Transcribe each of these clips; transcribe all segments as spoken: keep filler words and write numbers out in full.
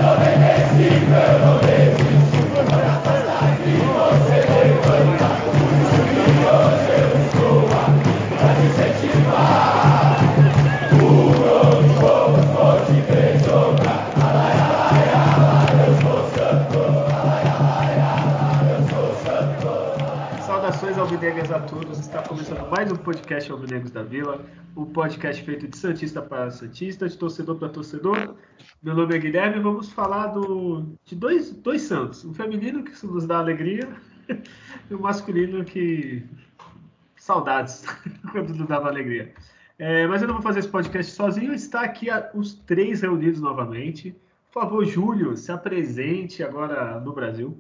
Saudações alvinegras a todos, está começando mais um podcast Alvinegros da Vila, um podcast feito de santista para santista, de torcedor para torcedor. Meu nome é Guilherme e vamos falar do, de dois, dois santos, um feminino que nos dá alegria e um masculino que... saudades, quando nos dava alegria. É, mas eu não vou fazer esse podcast sozinho, está aqui a, os três reunidos novamente. Por favor, Júlio, se apresente agora no Brasil.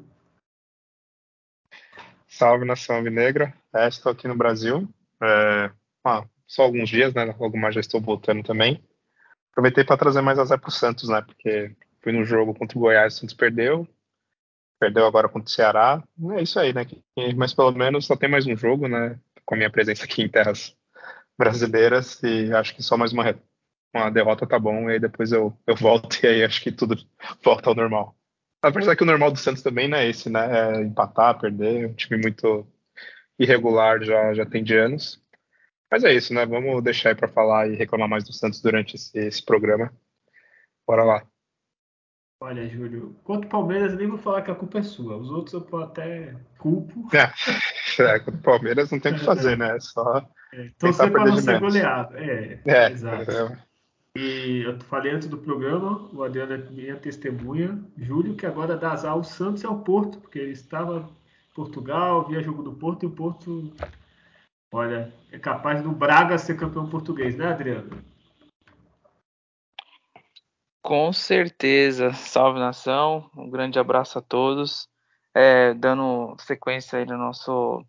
Salve, nação alvinegra. É, estou aqui no Brasil. É, ah, só alguns dias, né? Logo mais já estou voltando também. Aproveitei para trazer mais azar para o Santos, né? Porque fui no jogo contra o Goiás, o Santos perdeu. Perdeu agora contra o Ceará. É isso aí, né? Mas pelo menos só tem mais um jogo, né? Com a minha presença aqui em terras brasileiras. E acho que só mais uma, uma derrota tá bom. E aí depois eu, eu volto e aí acho que tudo volta ao normal. Apesar que o normal do Santos também não é esse, né? É empatar, perder. É um time muito irregular já, já tem de anos. Mas é isso, né? Vamos deixar aí para falar e reclamar mais do Santos durante esse, esse programa. Bora lá. Olha, Júlio, quanto ao Palmeiras, nem vou falar que a culpa é sua. Os outros eu até culpo. É, é, com o Palmeiras não tem o que fazer, né? É só É, tentar torcer para perder não de ser menos. goleado. É, É, exato. é, E eu falei antes do programa, o Adriano é minha testemunha, Júlio, que agora dá azar ao Santos e ao Porto, porque ele estava em Portugal, via jogo do Porto, e o Porto, olha, é capaz do Braga ser campeão português, né, Adriano? Com certeza. Salve, nação. Um grande abraço a todos. É, dando sequência aí no nosso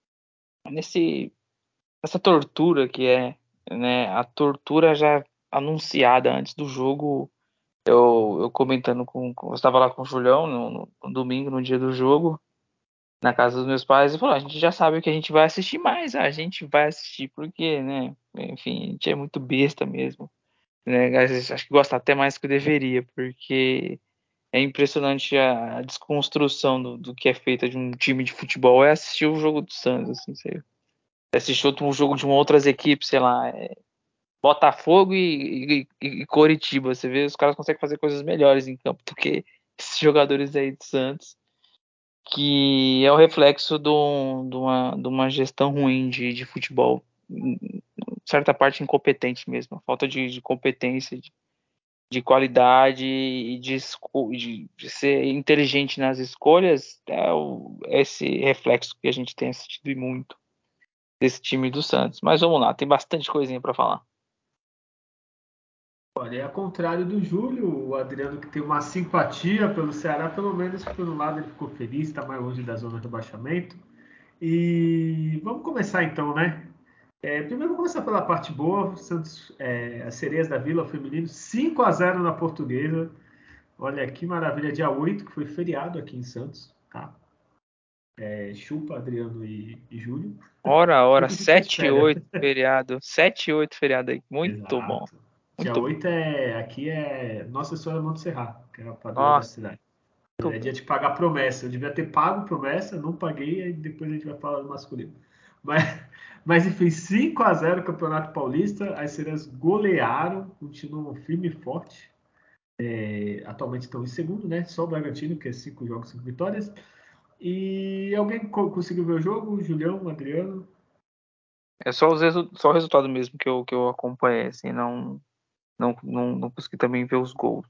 nesse essa tortura que é, né, a tortura já anunciada antes do jogo. Eu, eu comentando com, com eu estava lá com o Julião no, no, no domingo, no dia do jogo, na casa dos meus pais, e falou: "A gente já sabe o que a gente vai assistir mais, a gente vai assistir porque, né, enfim, a gente é muito besta mesmo, né? Às vezes acho que gosta até mais do que deveria, porque é impressionante a, a desconstrução do, do que é feita de um time de futebol. É assistir o jogo do Santos, assim, você assistir outro jogo de uma outras equipes, sei lá, é Botafogo e, e, e Coritiba. Você vê, os caras conseguem fazer coisas melhores em campo do que esses jogadores aí do Santos, que é o reflexo do, de, uma, de uma gestão ruim de, de futebol, em certa parte incompetente mesmo, a falta de, de competência, de, de qualidade e de, de, de ser inteligente nas escolhas. É o, esse reflexo que a gente tem assistido e muito desse time do Santos. Mas vamos lá, tem bastante coisinha para falar. Olha, é ao contrário do Júlio, o Adriano que tem uma simpatia pelo Ceará, pelo menos por um lado ele ficou feliz, está mais longe da zona de rebaixamento. E vamos começar então, né? É, primeiro vamos começar pela parte boa. Santos, é, as Sereias da Vila, o feminino, cinco a zero na Portuguesa. Olha que maravilha, dia oito, que foi feriado aqui em Santos, tá? É, chupa, Adriano e, e Júlio. Ora, Eu ora, podia estar de sete e férias. oito feriado. sete e oito feriado aí. Muito bom. Exato. Dia Muito bom. oito é, aqui é Nossa Senhora de Montserrat, que é a padroa da Nossa, cidade. muito É dia bom. de pagar promessa. Eu devia ter pago promessa, não paguei, aí depois a gente vai falar do masculino. Mas, mas enfim, cinco a zero Campeonato Paulista. As Sereias golearam, continuam firme e forte. É, atualmente estão em segundo, né? Só o Bragantino, que é cinco jogos, cinco vitórias. E alguém co- conseguiu ver o jogo? Julião, Adriano? É só, os resu- só o resultado mesmo que eu, que eu acompanhei, assim, não, não, não, não consegui também ver os gols.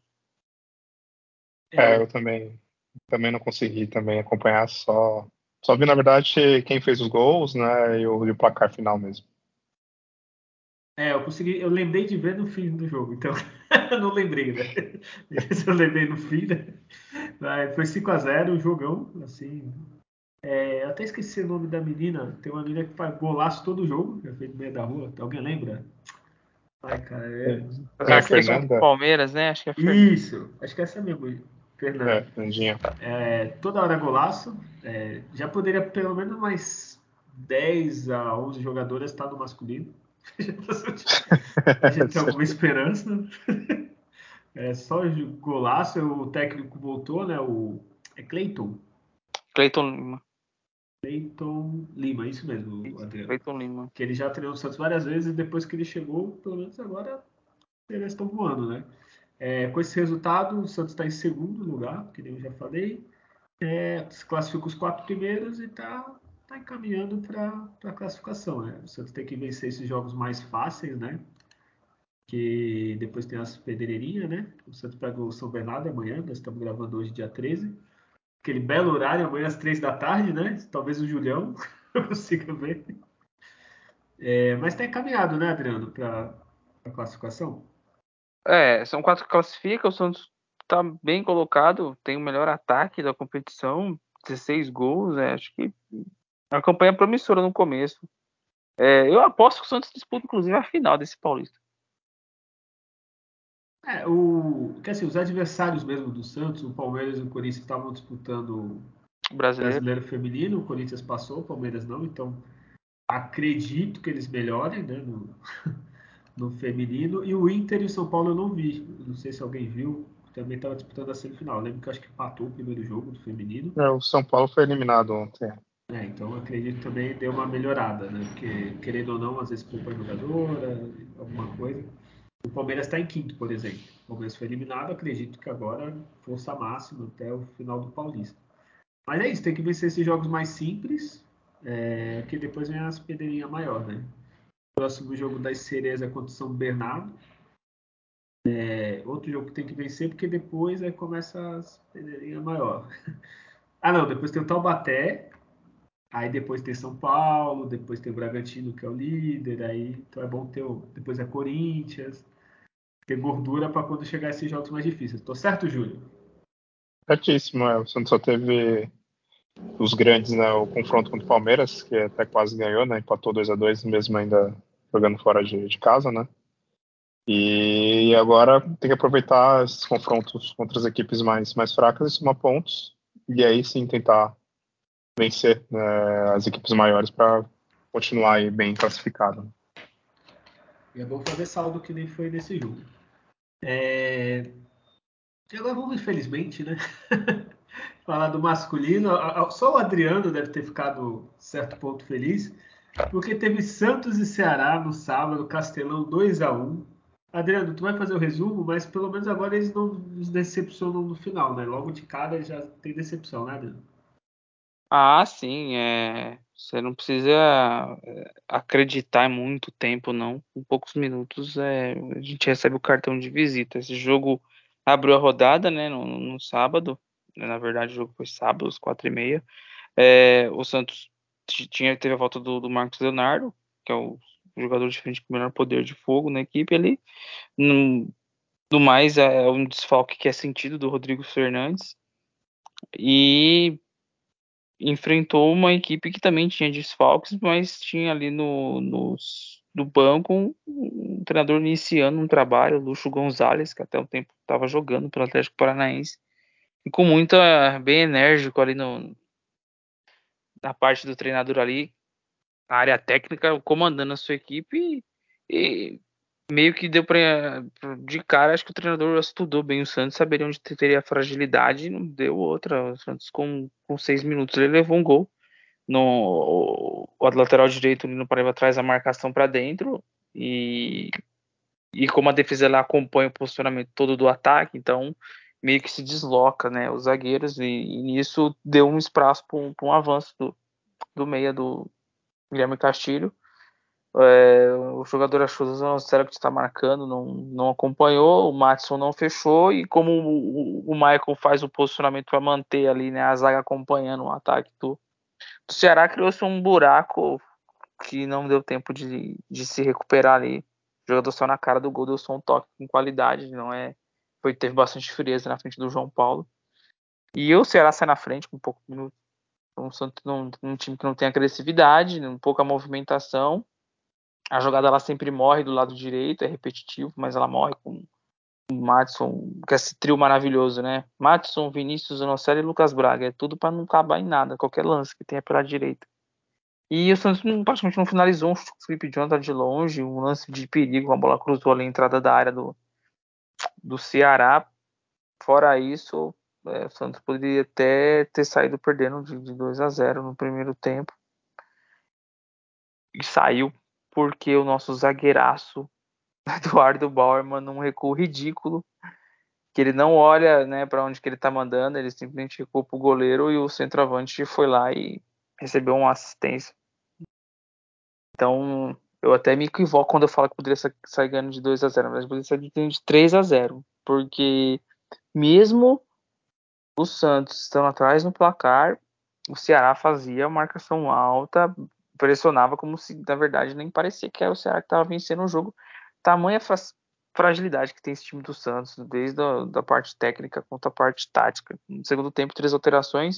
É, é, o eu também, também não consegui também acompanhar, só, só vi, na verdade, quem fez os gols, né? E o, e o placar final mesmo. É, eu consegui, eu lembrei de ver no fim do jogo, então eu não lembrei, né? Se eu lembrei no fim, né? Mas foi cinco a zero o jogão, assim. É, eu até esqueci o nome da menina. Tem uma menina que faz golaço todo jogo, que é feito no meio da rua. Alguém lembra? Ai, cara, É, é... Fazer não uma é seleção pro Fernanda? Palmeiras, né? Acho que é Fernando. Isso, acho que essa é mesmo, É, Fernanda. Fernandinha. É, toda hora golaço. É, já poderia pelo menos mais dez a onze jogadoras estar no masculino. A gente tem alguma esperança. É só golaço, o técnico voltou, né? O é Cleiton. Cleiton Lima. Cleiton Lima, isso mesmo, Adriano. Cleiton Lima. Que ele já treinou o Santos várias vezes e depois que ele chegou, pelo menos agora eles estão voando, né? É, com esse resultado, o Santos está em segundo lugar, que nem eu já falei. É, se classifica os quatro primeiros e está tá encaminhando para a classificação, né? O Santos tem que vencer esses jogos mais fáceis, né? Que depois tem as pedreirinhas, né? O Santos pega o São Bernardo amanhã, nós estamos gravando hoje, dia treze. Aquele belo horário, amanhã às três da tarde, né? Talvez o Julião consiga ver. É, mas está encaminhado, né, Adriano, para a classificação? É, são quatro que classificam, o Santos tá bem colocado, tem o melhor ataque da competição, dezesseis gols, é, acho que a campanha é promissora no começo. É, eu aposto que o Santos disputa, inclusive, a final desse Paulista. É, o, que assim, os adversários mesmo do Santos, o Palmeiras e o Corinthians estavam disputando O o brasileiro. Brasileiro Feminino, o Corinthians passou, o Palmeiras não, então acredito que eles melhorem, né, no, no feminino. E o Inter e o São Paulo eu não vi, não sei se alguém viu, também estava disputando a semifinal. Eu lembro que eu acho que empatou o primeiro jogo do feminino. É, o São Paulo foi eliminado ontem. É, então eu acredito que também deu uma melhorada, né? Porque, querendo ou não, às vezes poupa a jogadora, alguma coisa. O Palmeiras está em quinto, por exemplo. O Palmeiras foi eliminado, acredito que agora força máxima até o final do Paulista. Mas é isso, tem que vencer esses jogos mais simples, é, que depois vem as pedreirinhas maior, né? O próximo jogo das sereias é contra o São Bernardo. É outro jogo que tem que vencer, porque depois aí começa as pedreirinhas maior. Ah, não, depois tem o Taubaté, aí depois tem São Paulo, depois tem o Bragantino, que é o líder, aí então é bom ter o, depois é Corinthians, ter gordura para quando chegar esses jogos mais difíceis. Tô certo, Júlio? Certíssimo, é. O Santos só teve os grandes, né? O confronto contra o Palmeiras, que até quase ganhou, né? Empatou dois a dois, mesmo ainda jogando fora de, de casa, né? E agora tem que aproveitar esses confrontos contra as equipes mais, mais fracas e somar pontos. E aí sim tentar vencer, né, as equipes maiores para continuar aí bem classificado. E é bom fazer saldo que nem foi nesse jogo. É... E agora vamos, infelizmente, né? Falar do masculino. Só o Adriano deve ter ficado certo ponto feliz, porque teve Santos e Ceará no sábado, Castelão dois a um. Adriano, tu vai fazer o resumo, mas pelo menos agora eles não nos decepcionam no final, né? Logo de cara já tem decepção, né, Adriano? Ah, sim, é. Você não precisa é, acreditar em muito tempo, não. Em poucos minutos é, a gente recebe o cartão de visita. Esse jogo abriu a rodada, né, no, no sábado. Na verdade, o jogo foi sábado, às quatro e meia. É, o Santos t- tinha, teve a volta do, do Marcos Leonardo, que é o jogador de frente com o menor poder de fogo na equipe ali. No, no mais, é um desfalque que é sentido do Rodrigo Fernandes. E enfrentou uma equipe que também tinha desfalques, mas tinha ali no, nos- no banco um, um treinador iniciando um trabalho, o Lúcio Gonzalez, que até um tempo estava jogando pelo Atlético Paranaense, e com muita, bem enérgico ali no, na parte do treinador ali, a área técnica, comandando a sua equipe, e, e meio que deu para de cara, acho que o treinador estudou bem o Santos, saberia onde teria fragilidade, e não deu outra. O Santos com, com seis minutos ele levou um gol. No, o lateral direito, o Nino Paraíba, traz a marcação para dentro e, e como a defesa ela acompanha o posicionamento todo do ataque, então meio que se desloca, né, os zagueiros, e, e nisso deu um espaço para um, um avanço do, do meia do Guilherme Castilho. É, o jogador achou o Zero que está marcando, não, não acompanhou, o Matson não fechou, e como o, o, o Michael faz o posicionamento para manter ali, né, a zaga acompanhando o ataque do o Ceará, criou-se um buraco que não deu tempo de, de se recuperar ali. O jogador só na cara do gol, deu só um toque com qualidade, não é? Foi, teve bastante frieza na frente do João Paulo. E o Ceará sai na frente com um pouco um, um, um time que não tem agressividade, um pouca movimentação. A jogada ela sempre morre do lado direito, é repetitivo, mas ela morre com o Madison, com esse trio maravilhoso, né? Madison, Vinícius, Zanocelo e Lucas Braga. É tudo para não acabar em nada, qualquer lance que tenha pela direita. E o Santos não, praticamente não finalizou, um chute com o Felipe Jonathan de longe, um lance de perigo, a bola cruzou ali a entrada da área do, do Ceará. Fora isso, é, o Santos poderia até ter saído perdendo de, de dois a zero no primeiro tempo. E saiu porque o nosso zagueiraço, Eduardo Bauer, manda um recuo ridículo, que ele não olha, né, para onde que ele tá mandando, ele simplesmente recua pro goleiro e o centroavante foi lá e recebeu uma assistência. Então, eu até me equivoco quando eu falo que poderia sair ganhando de dois a zero, mas poderia sair de três a zero, porque mesmo o Santos estando atrás no placar, o Ceará fazia marcação alta, pressionava como se, na verdade, nem parecia que era o Ceará que estava vencendo o jogo. Tamanha fragilidade que tem esse time do Santos, desde a da parte técnica quanto a parte tática. No segundo tempo, três alterações.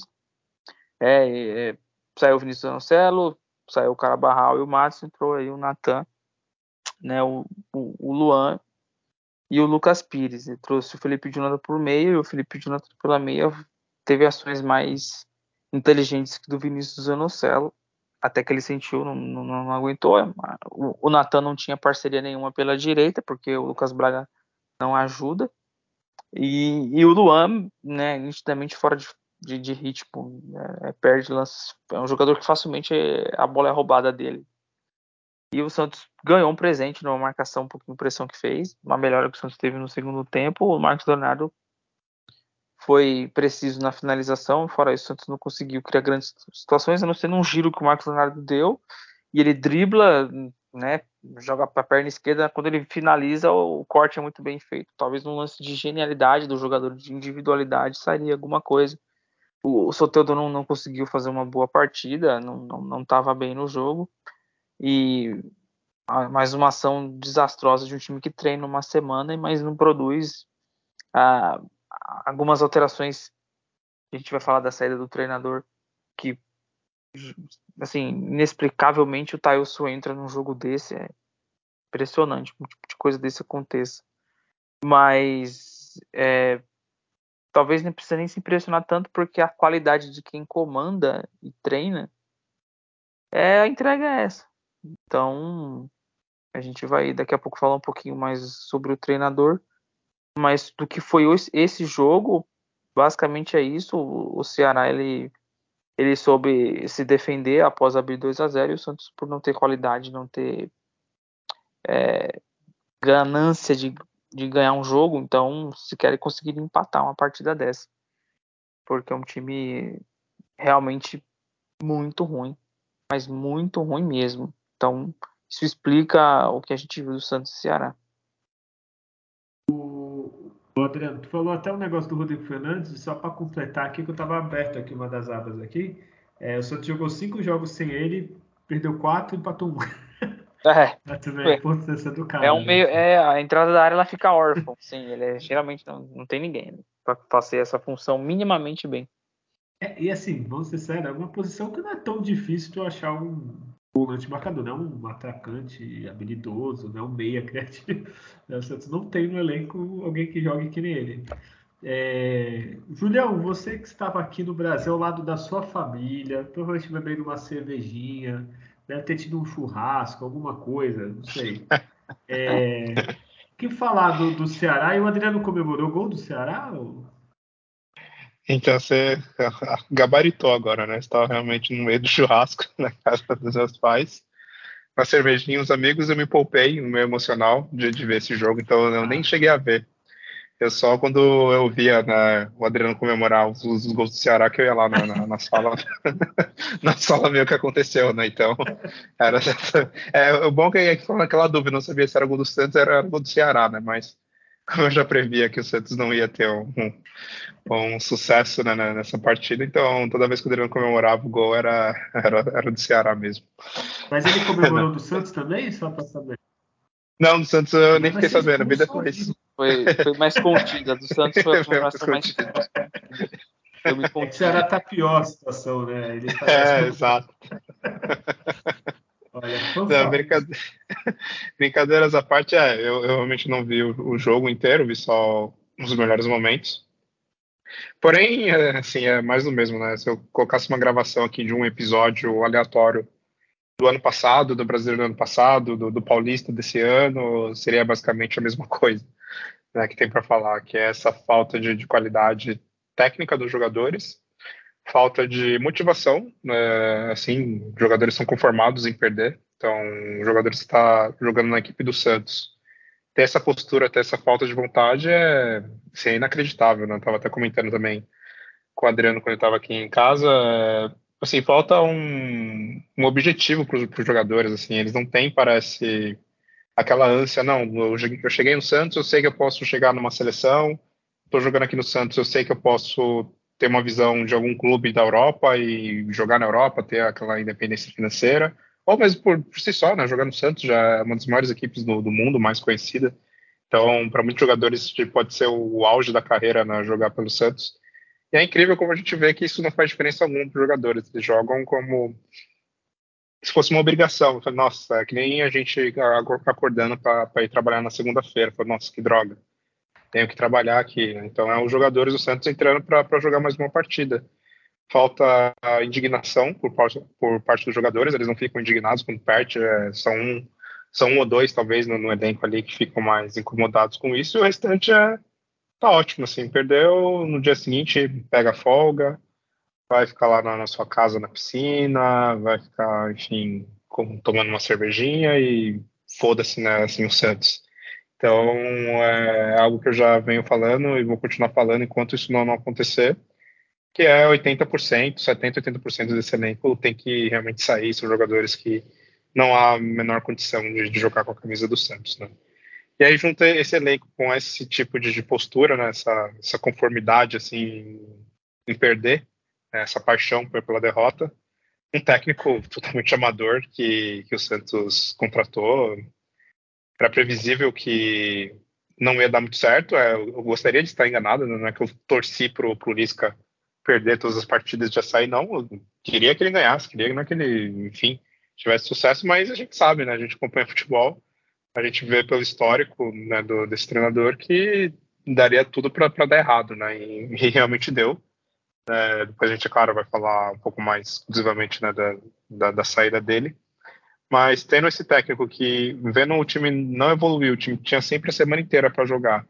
É, é, saiu o Vinícius Anocelo, saiu o Carabarral e o Matos, entrou aí o Natan, né, o, o, o Luan e o Lucas Pires. Ele trouxe o Felipe Jonathan por meio, e o Felipe Jonathan pela meia teve ações mais inteligentes que do Vinícius Anocelo, até que ele sentiu, não, não, não aguentou. O, o Natan não tinha parceria nenhuma pela direita, porque o Lucas Braga não ajuda. E, e o Luan, né, nitidamente fora de, de, de ritmo, né, perde lances. É um jogador que facilmente a bola é roubada dele. E o Santos ganhou um presente numa marcação, um pouquinho de pressão que fez, uma melhora que o Santos teve no segundo tempo. O Marcos Leonardo foi preciso na finalização, fora isso o Santos não conseguiu criar grandes situações, a não ser num giro que o Marcos Leonardo deu, e ele dribla, né, joga para a perna esquerda, quando ele finaliza o corte é muito bem feito. Talvez num lance de genialidade do jogador, de individualidade, sairia alguma coisa. O, o Soteldo não, não conseguiu fazer uma boa partida, não estava bem no jogo, e mais uma ação desastrosa de um time que treina uma semana, mas não produz. Ah, algumas alterações, a gente vai falar da saída do treinador, que assim, inexplicavelmente o Thailson entra num jogo desse, é impressionante que um tipo de coisa desse aconteça. Mas é, talvez não precisa nem se impressionar tanto, porque a qualidade de quem comanda e treina, é a entrega é essa. Então a gente vai daqui a pouco falar um pouquinho mais sobre o treinador, mas do que foi esse jogo, basicamente é isso. O Ceará, ele, ele soube se defender após abrir dois a zero, e o Santos, por não ter qualidade, não ter é, ganância de, de ganhar um jogo, então se querem conseguir empatar uma partida dessa, porque é um time realmente muito ruim, mas muito ruim mesmo. Então isso explica o que a gente viu do Santos e Ceará. O Adriano, tu falou até um negócio do Rodrigo Fernandes, só para completar aqui, que eu estava aberto aqui uma das abas aqui. É, o Santos jogou cinco jogos sem ele, perdeu quatro e empatou um. É, Pra tu ver a importância do é cara, um né? meio, é, a entrada da área ela fica órfã, sim, ele é, geralmente não, não tem ninguém, né, para fazer essa função minimamente bem. É, e assim, vamos ser sérios, é uma posição que não é tão difícil tu achar um volante marcador, não é um atacante habilidoso, não é um meia criativo. O Santos não tem no elenco alguém que jogue que nem ele. É... Julião, você que estava aqui no Brasil ao lado da sua família, provavelmente bebendo uma cervejinha, deve ter tido um churrasco, alguma coisa, não sei. É... O que falar do, do Ceará? E o Adriano comemorou o gol do Ceará? Ou... Então você gabaritou agora, né? Você estava realmente no meio do churrasco na casa dos meus pais. Com a cervejinha, os amigos, eu me poupei no meu emocional de, de ver esse jogo, então eu nem Ah, cheguei a ver. Eu só quando eu via, né, o Adriano comemorar os, os gols do Ceará, que eu ia lá na, na, na sala na sala ver o que aconteceu, né? Então, era é, o bom é que ficou naquela dúvida, não sabia se era gol do Santos ou era gol do Ceará, né? Mas como eu já previa que o Santos não ia ter um, um, um sucesso, né, nessa partida, então toda vez que o Adriano comemorava o gol era, era, era do Ceará mesmo. mas ele comemorou do Santos também? Só para saber. Não, do Santos eu nem Senão vai fiquei ser sabendo, vi expulso depois. ao Foi, foi mais contida, a do Santos foi a Foi mais comemoração mais, curtido. mais contida. Eu me É que o Ceará contive. tá pior a situação, né? Ele tá mais É, preocupado. exato. Olha, Não, fanfarrão. brincade... Brincadeiras à parte, é, eu, eu realmente não vi o, o jogo inteiro, vi só os melhores momentos. Porém, é, assim, é mais do mesmo, né? Se eu colocasse uma gravação aqui de um episódio aleatório do ano passado, do Brasileiro do ano passado, do, do Paulista desse ano, seria basicamente a mesma coisa. né, que tem para falar, que é essa falta de, de qualidade técnica dos jogadores, falta de motivação, né, assim, os jogadores são conformados em perder, então, o jogador que está jogando na equipe do Santos, ter essa postura, ter essa falta de vontade é, assim, é inacreditável, né? Eu estava até comentando também com o Adriano quando eu estava aqui em casa, é, assim, falta um, um objetivo para os jogadores, assim, eles não têm, parece, aquela ânsia, não, eu cheguei eu cheguei no Santos, eu sei que eu posso chegar numa seleção, estou jogando aqui no Santos, eu sei que eu posso ter uma visão de algum clube da Europa e jogar na Europa, ter aquela independência financeira, ou mesmo por, por si só, né, jogar no Santos já é uma das maiores equipes do, do mundo, mais conhecida, então, para muitos jogadores, tipo, pode ser o, o auge da carreira, né, jogar pelo Santos. E é incrível como a gente vê que isso não faz diferença alguma para os jogadores. Eles jogam como se fosse uma obrigação. Eu falei, nossa, é que nem a gente acordando para ir trabalhar na segunda-feira. Eu falei, nossa, que droga, tenho que trabalhar aqui, né? Então, é os jogadores do Santos entrando para jogar mais uma partida. Falta a indignação por parte, por parte dos jogadores, eles não ficam indignados quando perde, é, são, um, são um ou dois, talvez, no, no elenco ali que ficam mais incomodados com isso, e o restante é, tá ótimo, assim, perdeu, no dia seguinte pega folga, vai ficar lá na, na sua casa, na piscina, vai ficar, enfim, com- tomando uma cervejinha e foda-se, né, assim, o Santos. Então, é algo que eu já venho falando e vou continuar falando enquanto isso não, não acontecer, que é oitenta por cento, setenta, oitenta por cento desse elenco tem que realmente sair, são jogadores que não há a menor condição de, de jogar com a camisa do Santos, né? E aí junta esse elenco com esse tipo de, de postura, né, essa, essa conformidade, assim, em perder, né, essa paixão pela derrota, um técnico totalmente amador que, que o Santos contratou, era previsível que não ia dar muito certo. É, eu gostaria de estar enganado, né? Não é que eu torci pro, pro Lisca perder todas as partidas de açaí, não. Eu queria que ele ganhasse, queria que ele, enfim, tivesse sucesso, mas a gente sabe, né? A gente acompanha futebol, a gente vê pelo histórico, né, do, desse treinador que daria tudo para dar errado, né? E, e realmente deu. É, depois a gente, é claro, vai falar um pouco mais exclusivamente, né, da, da, da saída dele. Mas tendo esse técnico que, vendo o time não evoluir, o time tinha sempre a semana inteira para jogar.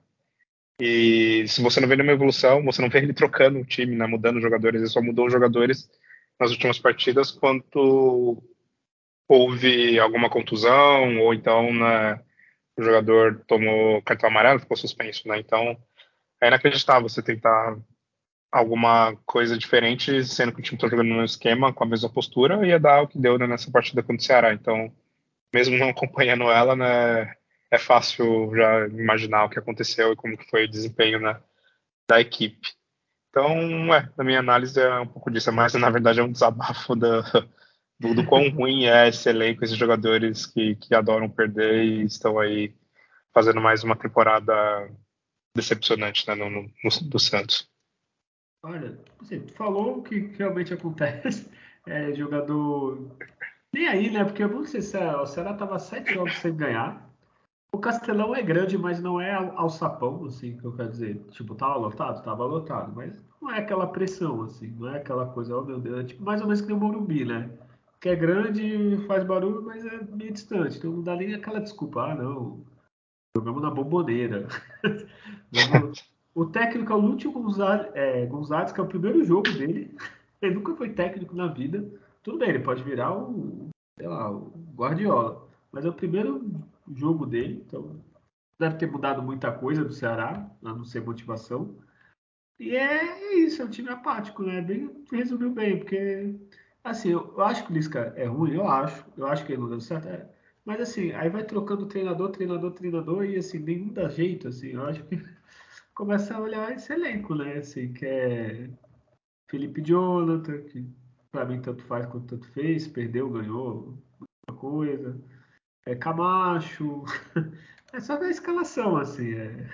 E se você não vê nenhuma evolução, você não vê ele trocando o time, né, mudando os jogadores, ele só mudou os jogadores nas últimas partidas quando houve alguma contusão, ou então, né, o jogador tomou cartão amarelo, ficou suspenso, né? Então é inacreditável você tentar alguma coisa diferente, sendo que o time está jogando no mesmo esquema, com a mesma postura, ia dar o que deu, né, nessa partida contra o Ceará. Então mesmo não acompanhando ela, né, é fácil já imaginar o que aconteceu e como que foi o desempenho, né, da equipe. Então, é, na minha análise é um pouco disso, mas na verdade é um desabafo da, do, do quão ruim é esse elenco, esses jogadores que, que adoram perder e estão aí fazendo mais uma temporada decepcionante, né, no, no, no- do Santos. Olha, você falou o que realmente acontece. É, jogador. Nem aí, né? Porque vamos ser sinceros, o Ceará tava sete jogos sem ganhar. O Castelão é grande, mas não é al- alçapão, assim, que eu quero dizer. Tipo, tava lotado? Tava lotado, mas não é aquela pressão, assim, não é aquela coisa, oh meu Deus, é tipo mais ou menos que nem o Morumbi, né? Que é grande, faz barulho, mas é meio distante, então não dá nem aquela desculpa, ah não, jogamos na Bomboneira. Jogou- O técnico é o Lúcio Gonzalez, é, Gonzalez, que é o primeiro jogo dele, ele nunca foi técnico na vida, tudo bem, ele pode virar o, sei lá, o Guardiola, mas é o primeiro jogo dele, então deve ter mudado muita coisa do Ceará, a não ser motivação. E é isso, é um time apático, né? Bem, resumiu bem, porque assim, eu, eu acho que o Lisca é ruim, eu acho, eu acho que ele não deu certo, é. Mas assim, aí vai trocando treinador, treinador, treinador, e assim, nenhum dá jeito, assim, eu acho que começa a olhar esse elenco, né? Assim, que é Felipe Jonathan, que pra mim tanto faz quanto tanto fez, perdeu, ganhou, uma coisa. É Camacho, é só ver a escalação, assim, é,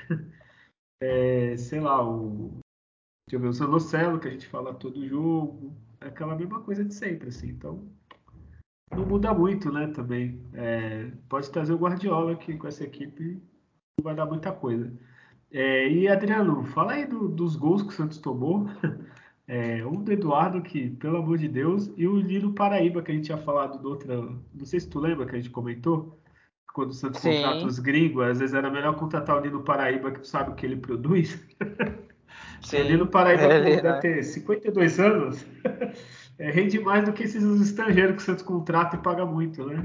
é, sei lá, o, deixa eu ver, o Zanocelo, que a gente fala todo jogo, é aquela mesma coisa de sempre, assim, então não muda muito, né, também. É, pode trazer o Guardiola, que com essa equipe não vai dar muita coisa. É, e Adriano, fala aí do- dos gols que o Santos tomou. É, um do Eduardo, que, pelo amor de Deus, e o Nino Paraíba, que a gente tinha falado do outra. Não sei se tu lembra que a gente comentou. quando o Santos contrata Sim, os gringos, às vezes era melhor contratar o Nino Paraíba, que tu sabe o que ele produz. O Nino sim. Paraíba, pô, Ele, deve né? ter cinquenta e dois anos. É, rende mais do que esses estrangeiros que o Santos contrata e paga muito, né?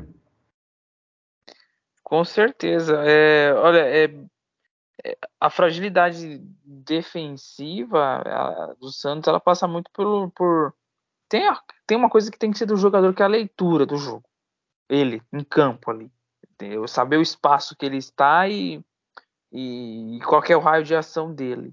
Com certeza. É, olha, é, a fragilidade defensiva a- do Santos, ela passa muito pelo, por... Tem, a- tem uma coisa que tem que ser do jogador, que é a leitura do jogo. Ele, em campo ali. Eu saber o espaço que ele está e, e qual que é o raio de ação dele.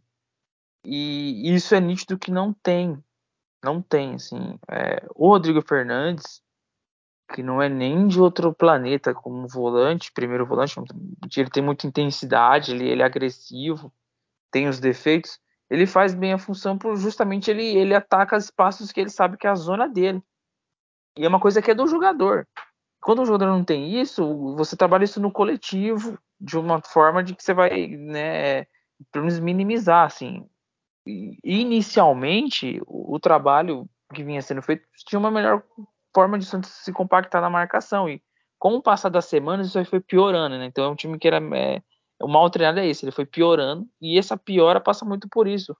E isso é nítido que não tem. Não tem, assim. É, o Rodrigo Fernandes, que não é nem de outro planeta como volante, primeiro volante, ele tem muita intensidade, ele, ele é agressivo, tem os defeitos, ele faz bem a função por justamente ele, ele ataca espaços que ele sabe que é a zona dele. E é uma coisa que é do jogador. Quando o jogador não tem isso, você trabalha isso no coletivo de uma forma de que você vai, né, pelo menos minimizar, assim. E, inicialmente, o, o trabalho que vinha sendo feito tinha uma melhor forma de se compactar na marcação. E com o passar das semanas, isso aí foi piorando, né? Então é um time que era. É, o mal treinado é esse, ele foi piorando, e essa piora passa muito por isso.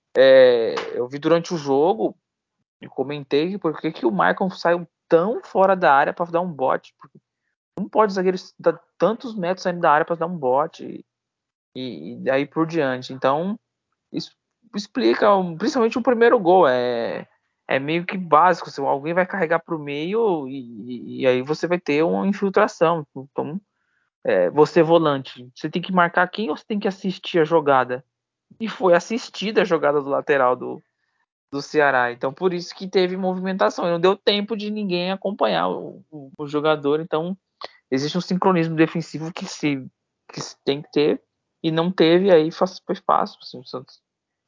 É, eu vi durante o jogo, e comentei por que, que o Maicon saiu tão fora da área para dar um bote. Porque não pode o zagueiro dar tantos metros saindo da área para dar um bote e, e daí por diante. Então, isso explica, principalmente o primeiro gol. É, é meio que básico. Se alguém vai carregar para o meio e, e aí você vai ter uma infiltração. Então, é, você volante, você tem que marcar quem ou você tem que assistir a jogada? E foi assistida a jogada do lateral do, do Ceará. Então, por isso que teve movimentação. Não deu tempo de ninguém acompanhar o, o, o jogador. Então, existe um sincronismo defensivo que se, que se tem que ter e não teve, aí foi fácil. Assim, o Santos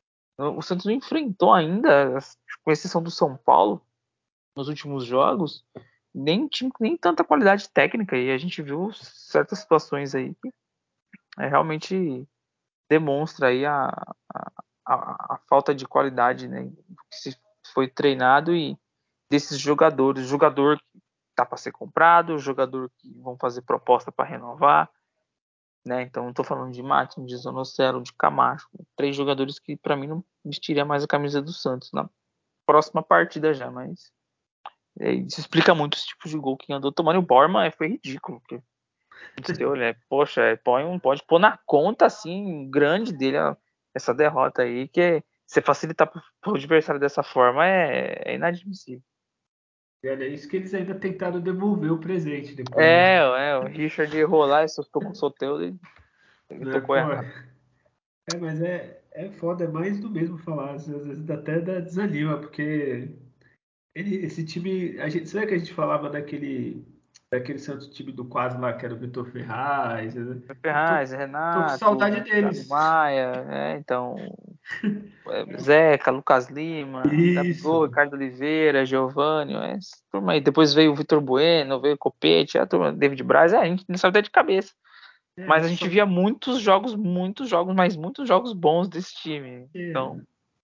o Santos não enfrentou ainda, com exceção do São Paulo, nos últimos jogos, nem, nem tanta qualidade técnica. E a gente viu certas situações aí que é, realmente demonstra aí a, a, a, a falta de qualidade, né, que se foi treinado e desses jogadores. Jogador que tá para ser comprado, jogador que vão fazer proposta para renovar. Né? Então, não estou falando de Martin, de Zanocelo, de Camacho. Três jogadores que, para mim, não vestiria mais a camisa do Santos na próxima partida já, mas é, isso explica muito os tipos de gol que andou tomando. E o Borman foi ridículo. Porque, olha, poxa, é, põe um, pode pôr na conta assim grande dele ó, essa derrota aí, que se facilitar para o adversário dessa forma é, é inadmissível. E olha, é isso que eles ainda tentaram devolver o presente depois, né? É, é, o Richard errou lá, estou com o Soteldo e ele Né, tocou pô, errado. é, mas é, é foda, é mais do mesmo falar. Às vezes até dá desanima, porque ele, esse time. A gente, sabe que a gente falava daquele, daquele Santos time do quadro lá, que era o Vitor Ferraz? Né? Eu tô, Ferraz, tô com Renato, saudade Thiago deles. Maia, é, então, é, Zeca, Lucas Lima, Gabigol, Isso. Ricardo Oliveira, Giovanni, é, essa turma aí. Depois veio o Vitor Bueno, veio o Copete, a turma, David Braz, é, a gente não sabe até de cabeça. É, Mas a gente só via muitos jogos, muitos jogos, mas muitos jogos bons desse time. que. Então,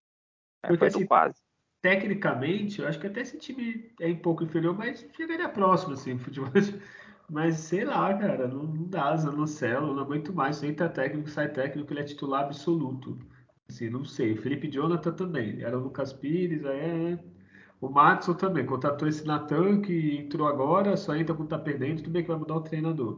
é, Porque foi do assim, quase. tecnicamente, eu acho que até esse time é um pouco inferior, mas chegaria próximo, assim, futebol. Mas sei lá, cara, não, não dá, Zanocelo, não aguento mais. Se entra técnico, sai técnico, ele é titular absoluto. Assim, não sei. Felipe Jonathan também. Era o Lucas Pires, aí é. O Matson também. Contratou esse Natan que entrou agora, só entra quando tá perdendo, tudo bem que vai mudar o treinador.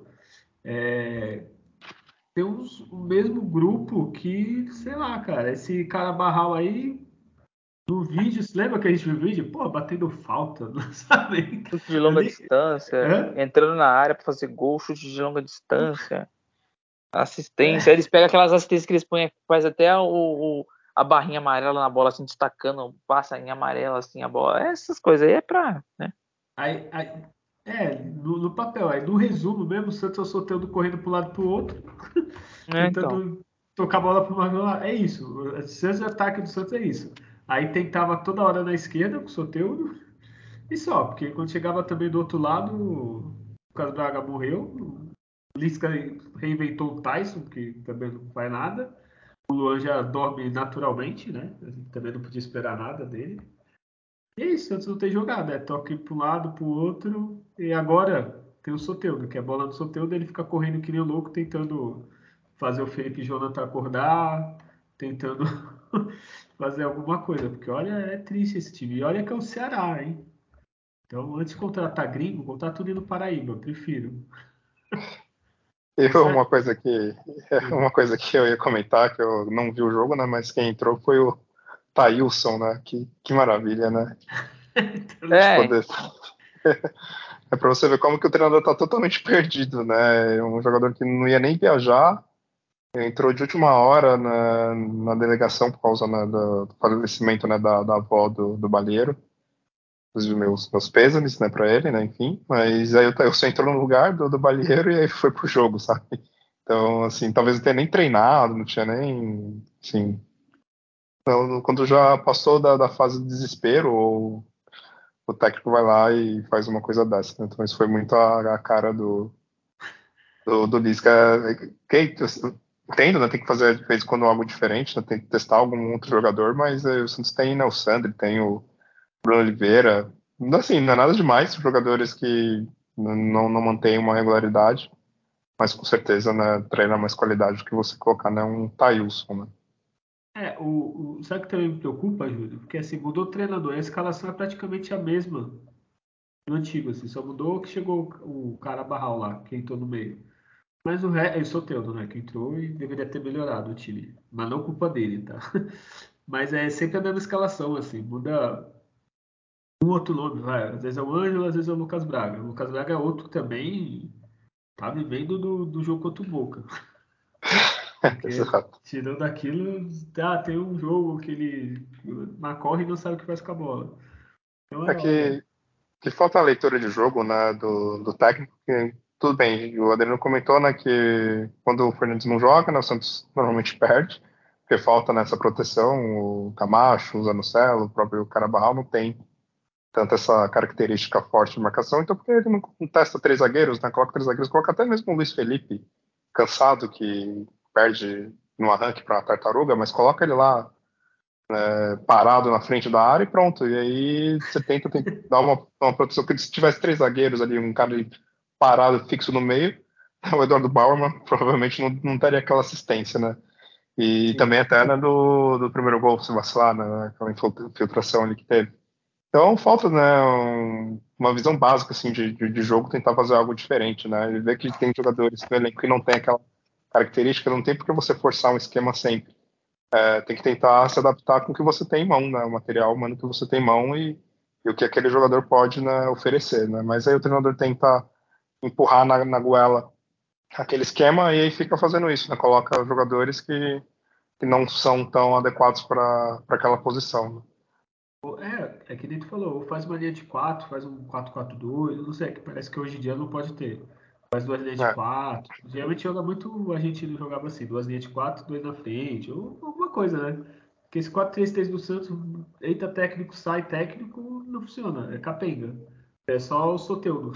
É, tem uns, o mesmo grupo que, sei lá, cara, esse cara Barral aí no vídeo, você lembra que a gente viu o vídeo? Pô, batendo falta, não sabe? Chute de Eu longa nem... distância, Hã? entrando na área para fazer gol, chute de longa distância. Assistência, eles pegam aquelas assistências que eles põem, faz até o, o- a barrinha amarela na bola, assim, destacando, passa em amarela, assim, a bola. Essas coisas aí é pra, né? Aí, aí, é, no, no papel, aí no resumo mesmo, o Santos é o Soteldo correndo para um lado para o outro, É, então. tentando tocar a bola para o lado. É isso. O Santos, o ataque do Santos é isso. Aí tentava toda hora na esquerda com o Soteldo, e só, porque quando chegava também do outro lado, o Lucas Braga morreu, o Lisca reinventou o Tyson, que também não faz nada. O Luan já dorme naturalmente, né? A gente também não podia esperar nada dele. E é isso, o Santos não tem jogado, é toque para um lado, para o outro. E agora, tem o Soteldo, que é a bola do Soteldo, ele fica correndo que nem louco, tentando fazer o Felipe Jonathan acordar, tentando fazer alguma coisa, porque olha, é triste esse time. E olha que é o Ceará, hein? Então, antes de contratar gringo, contrata tudo no Paraíba, eu prefiro. E Isso uma é. coisa que uma coisa que eu ia comentar, que eu não vi o jogo, né? Mas quem entrou foi o Thailson, né? Que, que maravilha, né? De É, poder. É pra você ver como que o treinador tá totalmente perdido, né? É um jogador que não ia nem viajar, entrou de última hora na, na delegação por causa, né, do, do falecimento, né, da, da avó do, do Balieiro. Os meus, meus pêsames, né, pra ele, né, enfim. Mas aí eu, eu só entrou no lugar do, do Balieiro e aí foi pro jogo, sabe? Então, assim, talvez não tenha nem treinado, não tinha nem, assim... Então, quando já passou da, da fase de desespero, ou o técnico vai lá e faz uma coisa dessa, né? Então, isso foi muito a, a cara do, do, do Lisca. Que, entendo, né? Tem que fazer de vez em quando algo diferente, né? Tem que testar algum outro jogador, mas eh, o Santos tem, né, o Sandri, tem o Bruno Oliveira. Assim, não é nada demais, jogadores que n- não, não mantêm uma regularidade, mas com certeza, né, treina mais qualidade do que você colocar, né, um Thailson, né? É, o, o, sabe o que também me preocupa, Júlio? Porque assim, mudou o treinador, a escalação é praticamente a mesma do antigo, assim, só mudou que chegou o cara Barral lá, que entrou no meio. Mas o resto, é o Soteldo, né, que entrou e deveria ter melhorado o time. Mas não culpa dele, tá? Mas é sempre a mesma escalação, assim, muda um outro nome, vai. Às vezes é o Ângelo, às vezes é o Lucas Braga. O Lucas Braga é outro que também tá vivendo do, do jogo contra o Boca. Porque Exato. tirando aquilo, ah, tem um jogo que ele mas corre e não sabe o que faz com a bola. Então É é, olha, que, que falta a leitura de jogo, né, do, do técnico, que, tudo bem, o Adriano comentou, né, que quando o Fernandes não joga, né, o Santos normalmente perde, porque falta nessa proteção, o Camacho, o Zanocelo, o próprio Carabarral não tem tanto essa característica forte de marcação, então por que ele não testa três zagueiros, né? Coloca três zagueiros, coloca até mesmo o Luiz Felipe, cansado, que perde no arranque para a Tartaruga, mas coloca ele lá é, parado na frente da área e pronto. E aí você tenta, tem- dar uma, uma proteção, porque se tivesse três zagueiros ali, um cara ali parado, fixo no meio, o Eduardo Bauerman provavelmente não, não teria aquela assistência, né? E também sim. até né, do, do primeiro gol, se vacilar, né? Aquela infiltração ali que teve. Então falta, né, um- uma visão básica assim de, de, de jogo, tentar fazer algo diferente, né? E ver que tem jogadores no elenco que não tem aquela característica, não tem porque você forçar um esquema sempre. É, tem que tentar se adaptar com o que você tem em mão, né? O material humano que você tem em mão e, e o que aquele jogador pode, né, oferecer, né? Mas aí o treinador tenta empurrar na, na goela aquele esquema e aí fica fazendo isso, né? Coloca jogadores que, que não são tão adequados para aquela posição, né? Ou- É, é que nem tu falou, ou faz uma linha de quatro, faz um quatro quatro dois, não sei, que parece que hoje em dia não pode ter. Faz duas linhas de É, quatro. Geralmente joga muito, o argentino jogava assim, duas linhas de quatro, dois na frente, ou alguma coisa, né? Porque esse quatro três três do Santos, entra técnico, sai técnico, não funciona, é capenga. É só o Soteldo.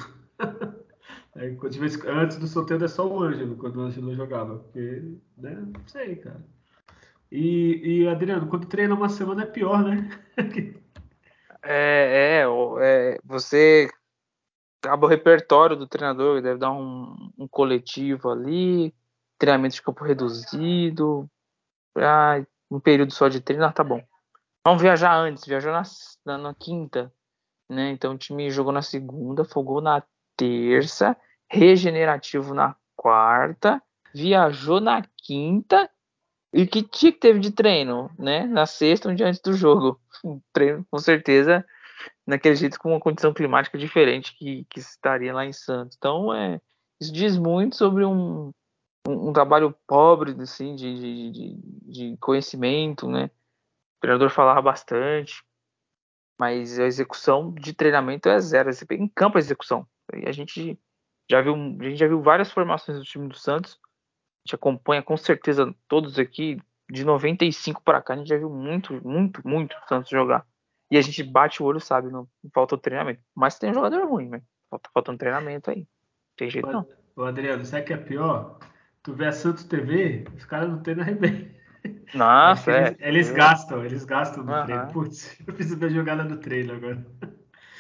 Aí, quando tivesse- antes do Soteldo é só o Ângelo, quando o Ângelo jogava. Porque, né? Não sei, cara. E, e Adriano, quando treina uma semana é pior, né? é, é, o- é, você acaba o repertório do treinador, deve dar um, um coletivo ali, treinamento de campo reduzido, ah, um período só de treino, ah, tá bom. Vamos viajar antes, viajou na, na, na quinta, né? Então o time jogou na segunda, folgou na terça, regenerativo na quarta, viajou na quinta. E que dia que teve de treino, né? Na sexta, um dia antes do jogo. Um treino, com certeza, naquele jeito com uma condição climática diferente que, que estaria lá em Santos. Então, é, isso diz muito sobre um, um, um trabalho pobre assim, de, de, de, de conhecimento, né? O treinador falava bastante, mas a execução de treinamento é zero. Em campo a execução. E a gente já viu, a gente já viu várias formações do time do Santos. A gente acompanha com certeza todos aqui. De noventa e cinco para cá, a gente já viu muito, muito, muito o Santos jogar. E a gente bate o olho, sabe? Não falta o treinamento. Mas tem um jogador ruim, né? Falta, falta um treinamento aí. Não tem jeito não. Ô, Adriano, sabe o que é pior? Tu vê a Santos T V, os caras não treinam bem. Acho que Nossa, eles, é. eles Eu, gastam, eles gastam no treino. aham. Putz, eu preciso da jogada do treino agora.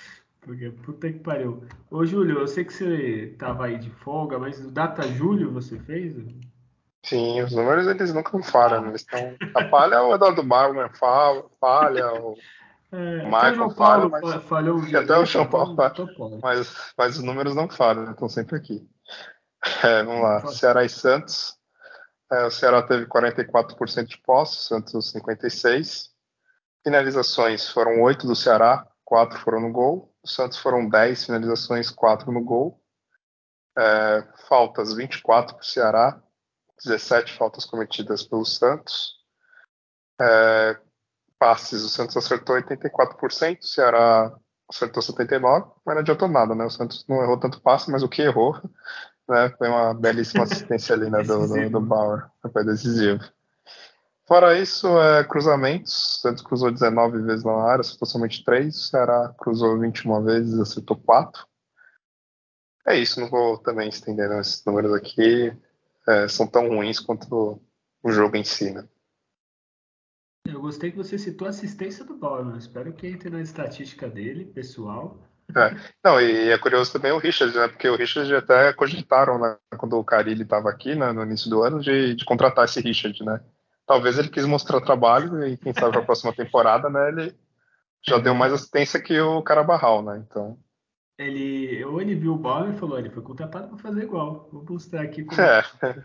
Porque puta que pariu. Ô, Júlio, eu sei que você tava aí de folga, mas o Data Júlio você fez? Sim, os números eles nunca falham, né? Eles estão. A falha é o Eduardo Bauer falha, falha, o É, até o Michael João falha, Paulo mas fa- falhou um e dia até o desse, São Paulo então falha, tô fora. mas, mas os números não falham, né? Estão sempre aqui. É, vamos lá, Fa- Ceará e Santos. É, o Ceará teve quarenta e quatro por cento de posse, o Santos cinquenta e seis por cento. Finalizações foram oito do Ceará, quatro foram no gol. O Santos foram dez finalizações, quatro no gol. É, faltas vinte e quatro para o Ceará, dezessete faltas cometidas pelo Santos. É, passes, o Santos acertou oitenta e quatro por cento, o Ceará acertou setenta e nove por cento, mas não adiantou nada, né? O Santos não errou tanto passe, mas o que errou, né, foi uma belíssima assistência ali, né, do, do, do Decisivo. Bauer, foi decisivo. Fora isso, é, cruzamentos, o Santos cruzou dezenove vezes na área, acertou somente três, o Ceará cruzou vinte e uma vezes, acertou quatro. É isso, não vou também estender né, esses números aqui, é, são tão ruins quanto o jogo em si, né? Eu gostei que você citou a assistência do Bauer. Espero que entre na estatística dele, pessoal. É. Não, e é curioso também o Richard, né? Porque o Richard até cogitaram, né, quando o Carille estava aqui, né, no início do ano, de, de contratar esse Richard, né? Talvez ele quis mostrar trabalho e quem sabe para a próxima temporada, né, ele já deu mais É, assistência que o Carabarral, né? Então, ele, ou ele viu o Bauer e falou, ele foi contratado para fazer igual. Vou mostrar aqui como é. é.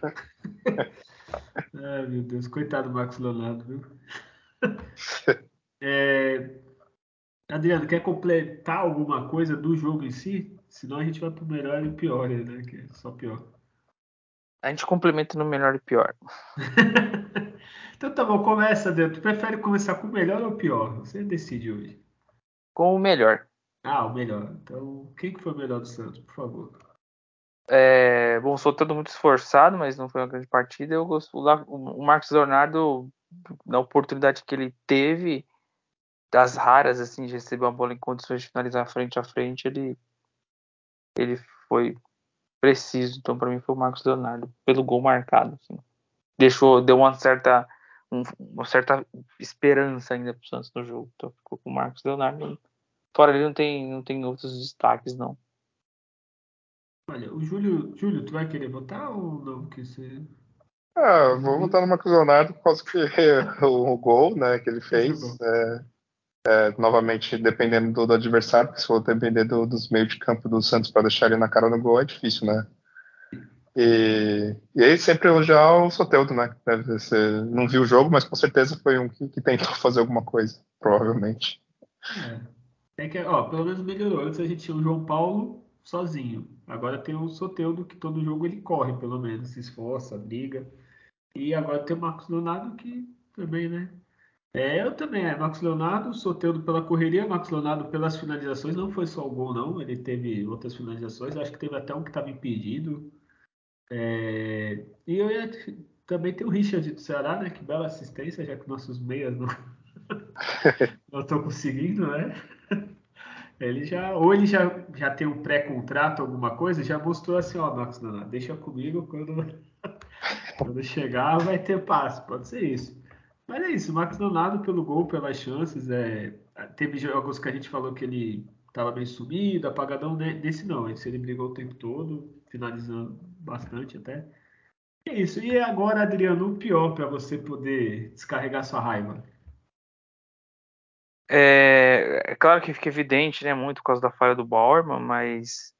Ai, meu Deus, coitado do Marcos Leonardo, viu? É, Adriano, quer completar alguma coisa do jogo em si? Senão a gente vai pro melhor e pior, né? Que é só pior. A gente complementa no melhor e pior. Então tá bom, começa, Adriano. Tu prefere começar com o melhor ou o pior? Você decide hoje. Com o melhor. Ah, o melhor. Então, quem que foi o melhor do Santos, por favor? É, bom, sou todo muito esforçado, mas não foi uma grande partida. Eu gosto, o, La- o Marcos Leonardo, na oportunidade que ele teve, das raras, assim, de receber uma bola em condições de finalizar frente a frente, ele, ele foi preciso. Então, para mim, foi o Marcos Leonardo, pelo gol marcado. Assim. Deixou, deu uma certa, um- uma certa esperança ainda pro Santos no jogo. Então, ficou com o Marcos Leonardo. Fora ele, não tem, não tem outros destaques, não. Olha, o Júlio, Júlio, tu vai querer votar ou não? Que você Ah, vou preferiu? votar no Marcos Leonardo por causa que o, o gol, né, que ele Ele foi fez, bom. é, novamente, dependendo do, do adversário, porque se for depender do, dos meios de campo do Santos para deixar ele na cara no gol, é difícil, né? E, e aí sempre elogiar o Soteldo, né? Deve ser, não viu o jogo, mas com certeza foi um que, que tentou fazer alguma coisa, provavelmente. É, é que, ó, pelo menos melhorou. Antes a gente tinha o João Paulo sozinho. Agora tem o Soteldo que todo jogo ele corre, pelo menos, se esforça, briga. E agora tem o Marcos Leonardo que também, né? É, eu também, é Marcos Leonardo, Soteldo pela correria, Marcos Leonardo pelas finalizações, não foi só o gol, não, ele teve outras finalizações, acho que teve até um que estava impedido. É, e eu ia também tem o Richard do Ceará, né? Que bela assistência, já que nossos meias não não estão conseguindo, né? Ele já, ou ele já, já tem um pré-contrato, alguma coisa, já mostrou assim, ó, Marcos Leonardo, deixa comigo, quando, quando chegar vai ter passe, pode ser isso. Mas é isso, o Marcos Leonardo pelo gol, pelas chances, é, teve jogos que a gente falou que ele estava meio sumido, apagadão, né? Desse não, esse ele brigou o tempo todo, finalizando bastante até. É isso. E agora, Adriano, o pior para você poder descarregar sua raiva. É, é claro que fica evidente, né, muito por causa da falha do Bauerman, mas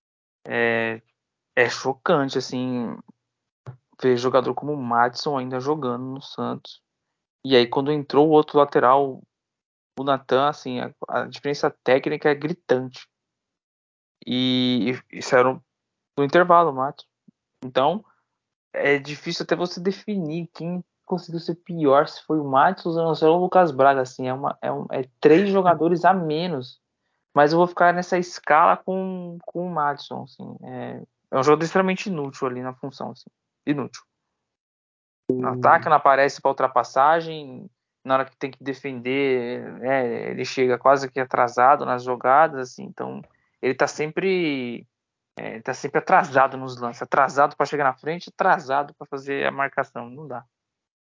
é chocante, assim, ver jogador como o Madison ainda jogando no Santos. E aí, quando entrou o outro lateral, o Natan, assim, a, a diferença técnica é gritante. E, e isso era no intervalo, Madison. Então, é difícil até você definir quem conseguiu ser pior, se foi o Madison ou o Lucas Braga, assim, é, uma, é, um, é três jogadores a menos. Mas eu vou ficar nessa escala com, com o Madison, assim. É, é um jogador extremamente inútil ali na função, assim. Inútil. No ataque, não aparece para ultrapassagem. Na hora que tem que defender, né, ele chega quase que atrasado nas jogadas, assim. Então, ele tá sempre, é, tá sempre atrasado nos lances. Atrasado para chegar na frente, atrasado para fazer a marcação. Não dá.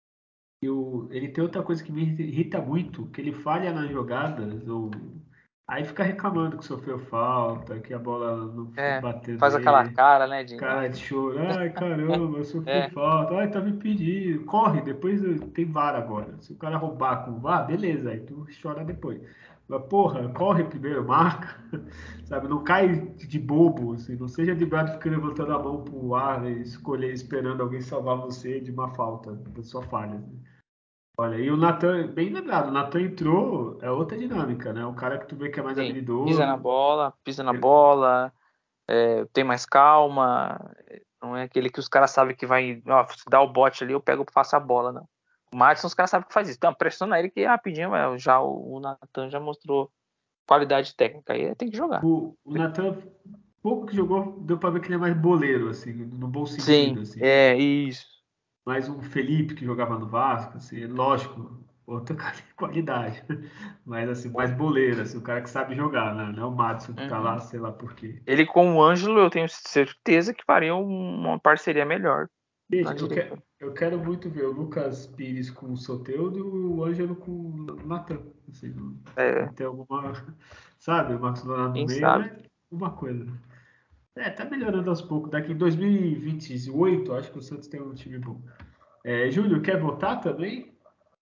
Eu, ele tem outra coisa que me irrita muito, que ele falha nas jogadas, ou Aí fica reclamando que sofreu falta, que a bola não É, bateu faz aquela nele. cara, né, de... Cara de choro, ai caramba, eu sofri É, falta, ai tá me pedindo, corre, depois eu- tem V A R agora. Se o cara roubar com V A R, beleza, aí tu chora depois. Mas porra, corre primeiro, marca, sabe? Não cai de bobo, assim, não seja de brado ficar levantando a mão pro ar e escolher, esperando alguém salvar você de uma falta, da sua falha. Né? Olha, e o Natan, bem lembrado, o Natan entrou, é outra dinâmica, né? O cara que tu vê que é mais sim, pisa na habilidoso. bola, pisa na ele- bola, é, tem mais calma, não é aquele que os caras sabem que vai, ó, se dá o bote ali, eu pego e passo a bola, não. O Madison, os caras sabem que faz isso. Então, pressiona ele que rapidinho, mas já o, o Nathan já mostrou qualidade técnica. Aí tem que jogar. O, o Natan, pouco que jogou, deu pra ver que ele é mais boleiro, assim, no bom Sim, sentido, assim. é isso. Mais um Felipe que jogava no Vasco, assim, lógico, outra qualidade. Mas, assim, mais boleiro, assim, o cara que sabe jogar, né? Não é o Madison que tá lá, Uhum. sei lá por quê. Ele com o Ângelo, eu tenho certeza que faria uma parceria melhor na Bicho, eu, que, direita. eu quero muito ver o Lucas Pires com o Soteldo e o Ângelo com o Natan. Assim, não, não É, tem alguma. Sabe, o Marcos Leonardo no quem meio sabe? é uma coisa. É, tá melhorando aos poucos. Daqui em dois mil e vinte e oito, acho que o Santos tem um time bom. É, Júlio, quer votar também?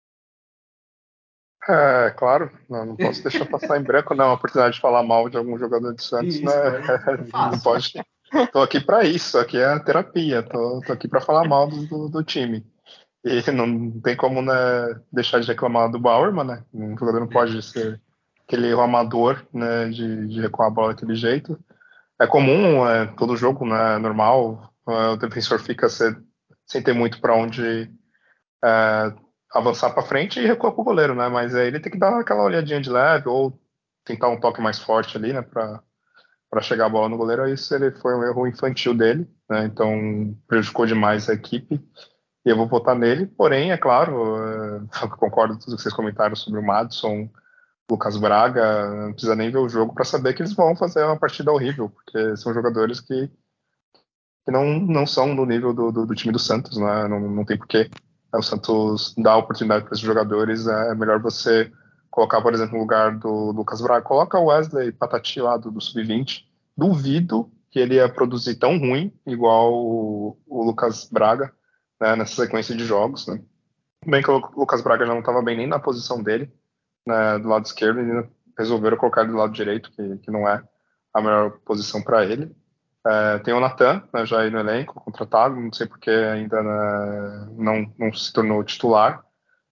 É, claro, não, não posso deixar passar em branco, não, a oportunidade de falar mal de algum jogador de Santos, né? Isso, pode. É Não fácil. pode. Tô aqui para isso, aqui é a terapia, tô, tô aqui para falar mal do, do, do time. E não tem como, né, deixar de reclamar do Bauerman, né? Um jogador não É. pode ser aquele erro amador, né, de, de recuar a bola daquele jeito. É comum, é, todo jogo, né, normal, é, o defensor fica sem, sem ter muito para onde é, avançar para frente e recuar para o goleiro, né? Mas aí ele tem que dar aquela olhadinha de leve ou tentar um toque mais forte ali, né, para para chegar a bola no goleiro. Isso ele foi um erro infantil dele, né? Então prejudicou demais a equipe. E eu vou votar nele, porém, é claro, é, eu concordo com tudo que vocês comentaram sobre o Madison, Lucas Braga, não precisa nem ver o jogo para saber que eles vão fazer uma partida horrível, porque são jogadores que, que não, não são do nível do, do, do time do Santos, né? Não, não tem porquê. O Santos dá oportunidade para esses jogadores, é melhor você colocar, por exemplo, no lugar do Lucas Braga, coloca o Wesley Patati lá do, do sub vinte. Duvido que ele ia produzir tão ruim igual o, o Lucas Braga, né, nessa sequência de jogos, né? Bem que o Lucas Braga já não estava bem nem na posição dele, né, do lado esquerdo, e resolveram colocar ele do lado direito, que, que não é a melhor posição para ele. É, tem o Natan, né, já aí no elenco, contratado, não sei porque ainda, né, não, não se tornou titular.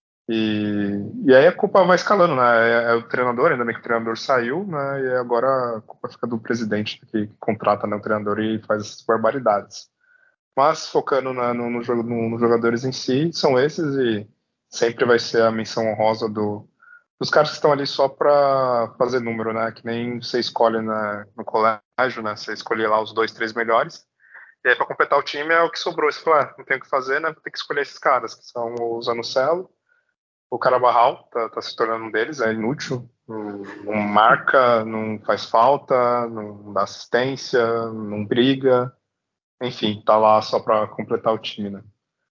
E, e aí a culpa vai escalando, né? É, é o treinador, ainda bem que o treinador saiu, né? E agora a culpa fica do presidente que, que contrata, né, o treinador e faz essas barbaridades. Mas focando na, no, no jogo, no, nos jogadores em si, são esses e sempre vai ser a menção honrosa do, dos caras que estão ali só para fazer número, né? Que nem você escolhe na, no colégio, né? Você escolhe lá os dois, três melhores. E aí, para completar o time, é o que sobrou. Você fala, ah, não tem o que fazer, né? Vou ter que escolher esses caras, que são o Zanocelo, o Carabarral, tá, tá se tornando um deles, é inútil. Não, não marca, não faz falta, não dá assistência, não briga. Enfim, tá lá só para completar o time, né?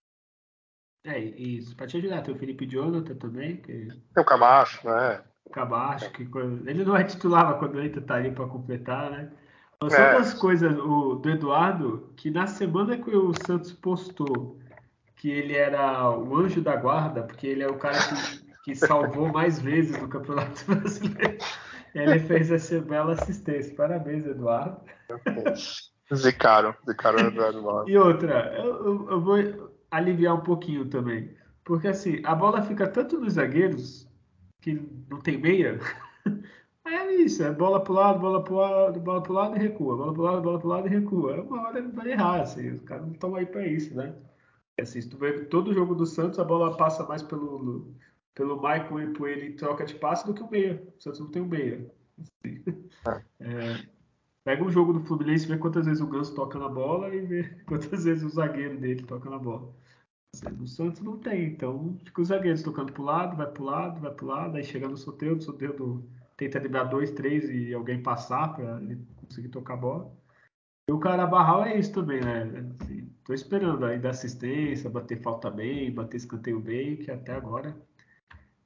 É, isso. Pra te ajudar, tem o Felipe Jonathan também, que Tem o Camacho, né? Cabacho, que quando- ele não é titular, mas quando entra tá ali para completar, né? Mas só É, das coisas o, do Eduardo, que na semana que o Santos postou que ele era o anjo da guarda, porque ele é o cara que, que salvou mais vezes no Campeonato Brasileiro, ele fez essa bela assistência. Parabéns, Eduardo. zicaram, zicaram o Eduardo Lopes. E outra, eu, eu- eu vou aliviar um pouquinho também, porque assim, a bola fica tanto nos zagueiros, que não tem meia. É isso, é bola pro lado, bola pro lado, bola pro lado e recua, bola pro lado, bola pro lado e recua. É uma hora vai errar, assim, os caras não estão aí pra isso, né? Assim, se tu vê todo jogo do Santos, a bola passa mais pelo, pelo Maicon e por ele em troca de passe do que o meia. O Santos não tem um meia. Pega um jogo do Fluminense, vê quantas vezes o Ganso toca na bola e vê quantas vezes o zagueiro dele toca na bola. No Santos não tem, então fica os zagueiros tocando pro lado, vai pro lado, vai pro lado, aí chega no Soteldo, o Soteldo tenta driblar dois, três e alguém passar para ele conseguir tocar a bola. E o Carabarral é isso também, né? Assim, tô esperando aí dar assistência, bater falta bem, bater escanteio bem, que até agora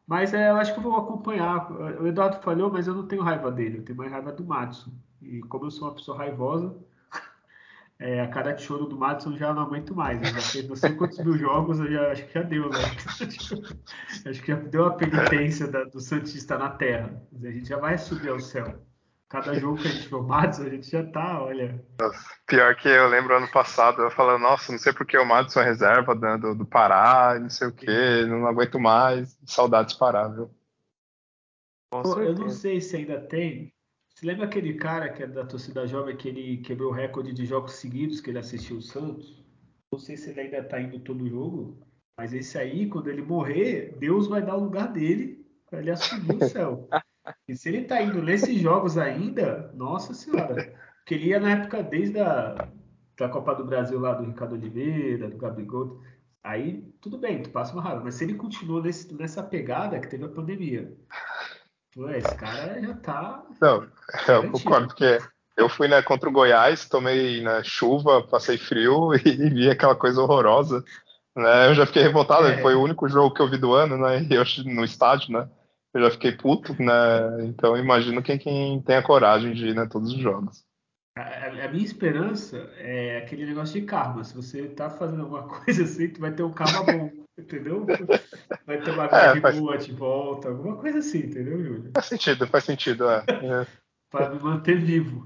Mas é, eu acho que eu vou acompanhar. O Eduardo falhou, mas eu não tenho raiva dele. Eu tenho mais raiva do Madison. E como eu sou uma pessoa raivosa, é, a cara de choro do Madison já não aguento mais. Ele já fez não sei quantos mil jogos, eu já, acho que já deu, né? Acho que já deu a penitência da- do Santista na terra. Quer dizer, a gente já vai subir ao céu. Cada jogo que a gente vê o Madison, a gente já tá, olha. Pior que eu lembro ano passado, eu falando, nossa, não sei porque o Madison é reserva do, do, do Pará, não sei o quê, não aguento mais, saudades Pará, viu? Com Pô, eu não certeza. sei se ainda tem. Você lembra aquele cara que é da torcida jovem que ele quebrou o recorde de jogos seguidos que ele assistiu o Santos? Não sei se ele ainda tá indo todo jogo, mas esse aí, quando ele morrer, Deus vai dar o lugar dele para ele assumir o céu. E se ele tá indo nesses jogos ainda, nossa senhora, porque ele ia na época desde a da Copa do Brasil lá do Ricardo Oliveira, do Gabigol, aí tudo bem, tu passa uma raiva, mas se ele continua nesse, nessa pegada que teve a pandemia, pô, esse cara já tá Não, eu concordo, garantido. porque eu fui, né, contra o Goiás, tomei, né, chuva, passei frio e vi aquela coisa horrorosa, né, eu já fiquei revoltado, foi o É, único jogo que eu vi do ano, né, e eu no estádio, né, eu já fiquei puto, né, então imagino quem, quem tem a coragem de ir, né, todos os jogos. a, a- a minha esperança é aquele negócio de karma. Se você tá fazendo alguma coisa assim, tu vai ter um karma bom, entendeu? Vai ter uma É, vibe faz, boa de volta, alguma coisa assim, entendeu, Júlio? faz sentido, faz sentido, é. Para me manter vivo.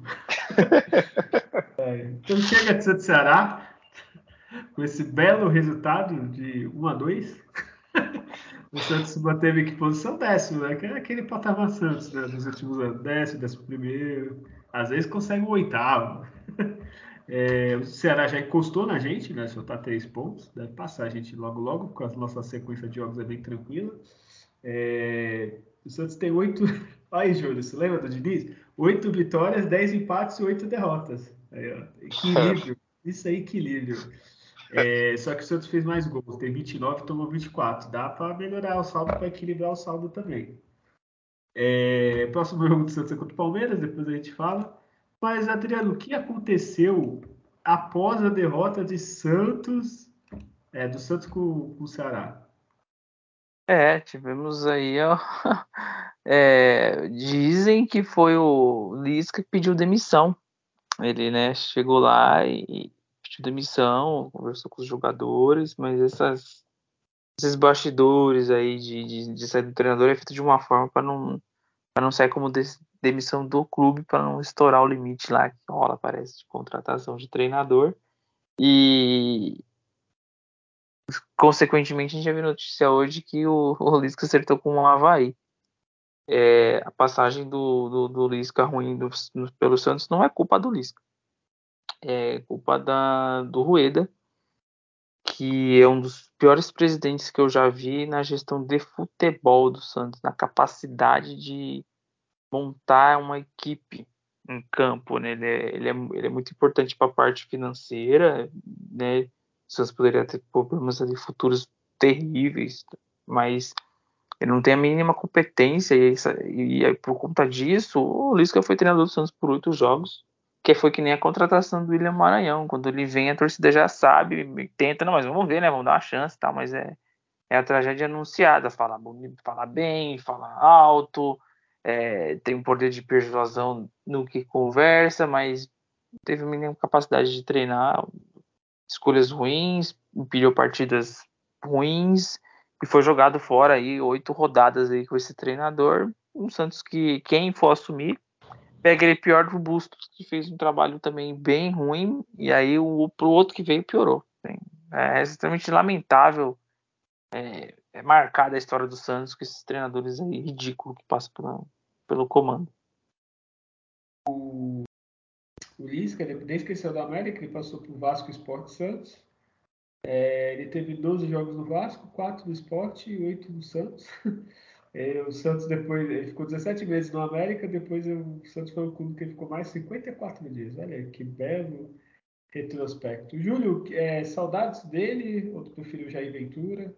Então chega de Santo Ceará com esse belo resultado de um a dois. O Santos se manteve em que posição? Décimo, né? Que é aquele patamar Santos, né? Dos últimos anos. Décimo, décimo primeiro. Às vezes consegue um oitavo. É, o Ceará já encostou na gente, né? Só tá três pontos. Deve passar a gente logo, logo, porque a nossa sequência de jogos é bem tranquila. É, o Santos tem oito. Aí, Júlio, você lembra do Diniz? Oito vitórias, dez empates e oito derrotas. Aí, ó, equilíbrio. Isso é equilíbrio. É, só que o Santos fez mais gols, tem vinte e nove e tomou vinte e quatro. Dá para melhorar o saldo, para equilibrar o saldo também. É, próximo jogo do Santos é contra o Palmeiras, depois a gente fala. Mas, Adriano, o que aconteceu após a derrota de Santos, é, do Santos com, com o Ceará? É, tivemos aí, ó. É, dizem que foi o Lisca que pediu demissão. Ele, né, chegou lá e pediu demissão, conversou com os jogadores, mas essas, esses bastidores aí de, de, de sair do treinador é feito de uma forma para não, para não sair como des- demissão do clube, para não estourar o limite lá que rola, parece, de contratação de treinador. E, consequentemente, a gente já viu notícia hoje que o, o Lisca acertou com o Avaí. É, a passagem do, do, do Lisca ruim do, no, pelo Santos não é culpa do Lisca, é culpa da, do Rueda, que é um dos piores presidentes que eu já vi na gestão de futebol do Santos, na capacidade de montar uma equipe em campo, né? Ele é, ele é, ele é muito importante para a parte financeira, né? O Santos poderia ter problemas ali futuros terríveis, mas ele não tem a mínima competência e, e, e por conta disso, o Lisca foi treinador do Santos por oito jogos, que foi que nem a contratação do William Maranhão. Quando ele vem, a torcida já sabe, tenta, não, mas vamos ver, né? Vamos dar uma chance, tal, mas é, é a tragédia anunciada. Fala bonito, fala bem, fala alto, é, tem um poder de persuasão no que conversa, mas não teve a mínima capacidade de treinar, escolhas ruins, impediu partidas ruins e foi jogado fora aí oito rodadas aí com esse treinador. Um Santos que quem for assumir pega ele pior do Bustos, que fez um trabalho também bem ruim, e aí o pro outro que veio piorou. É extremamente lamentável, é, é marcada a história do Santos com esses treinadores aí ridículos que passam pela, pelo comando. O Lisca, desde que ele saiu da América, ele passou por Vasco, Sport e Santos. É, ele teve doze jogos no Vasco, quatro no Sport e oito no Santos. É, o Santos depois, ele ficou dezessete meses no América, depois o Santos foi o clube que ele ficou mais cinquenta e quatro dias. Olha aí, que belo retrospecto. Júlio, é, saudades dele ou tu preferiu Jair Ventura?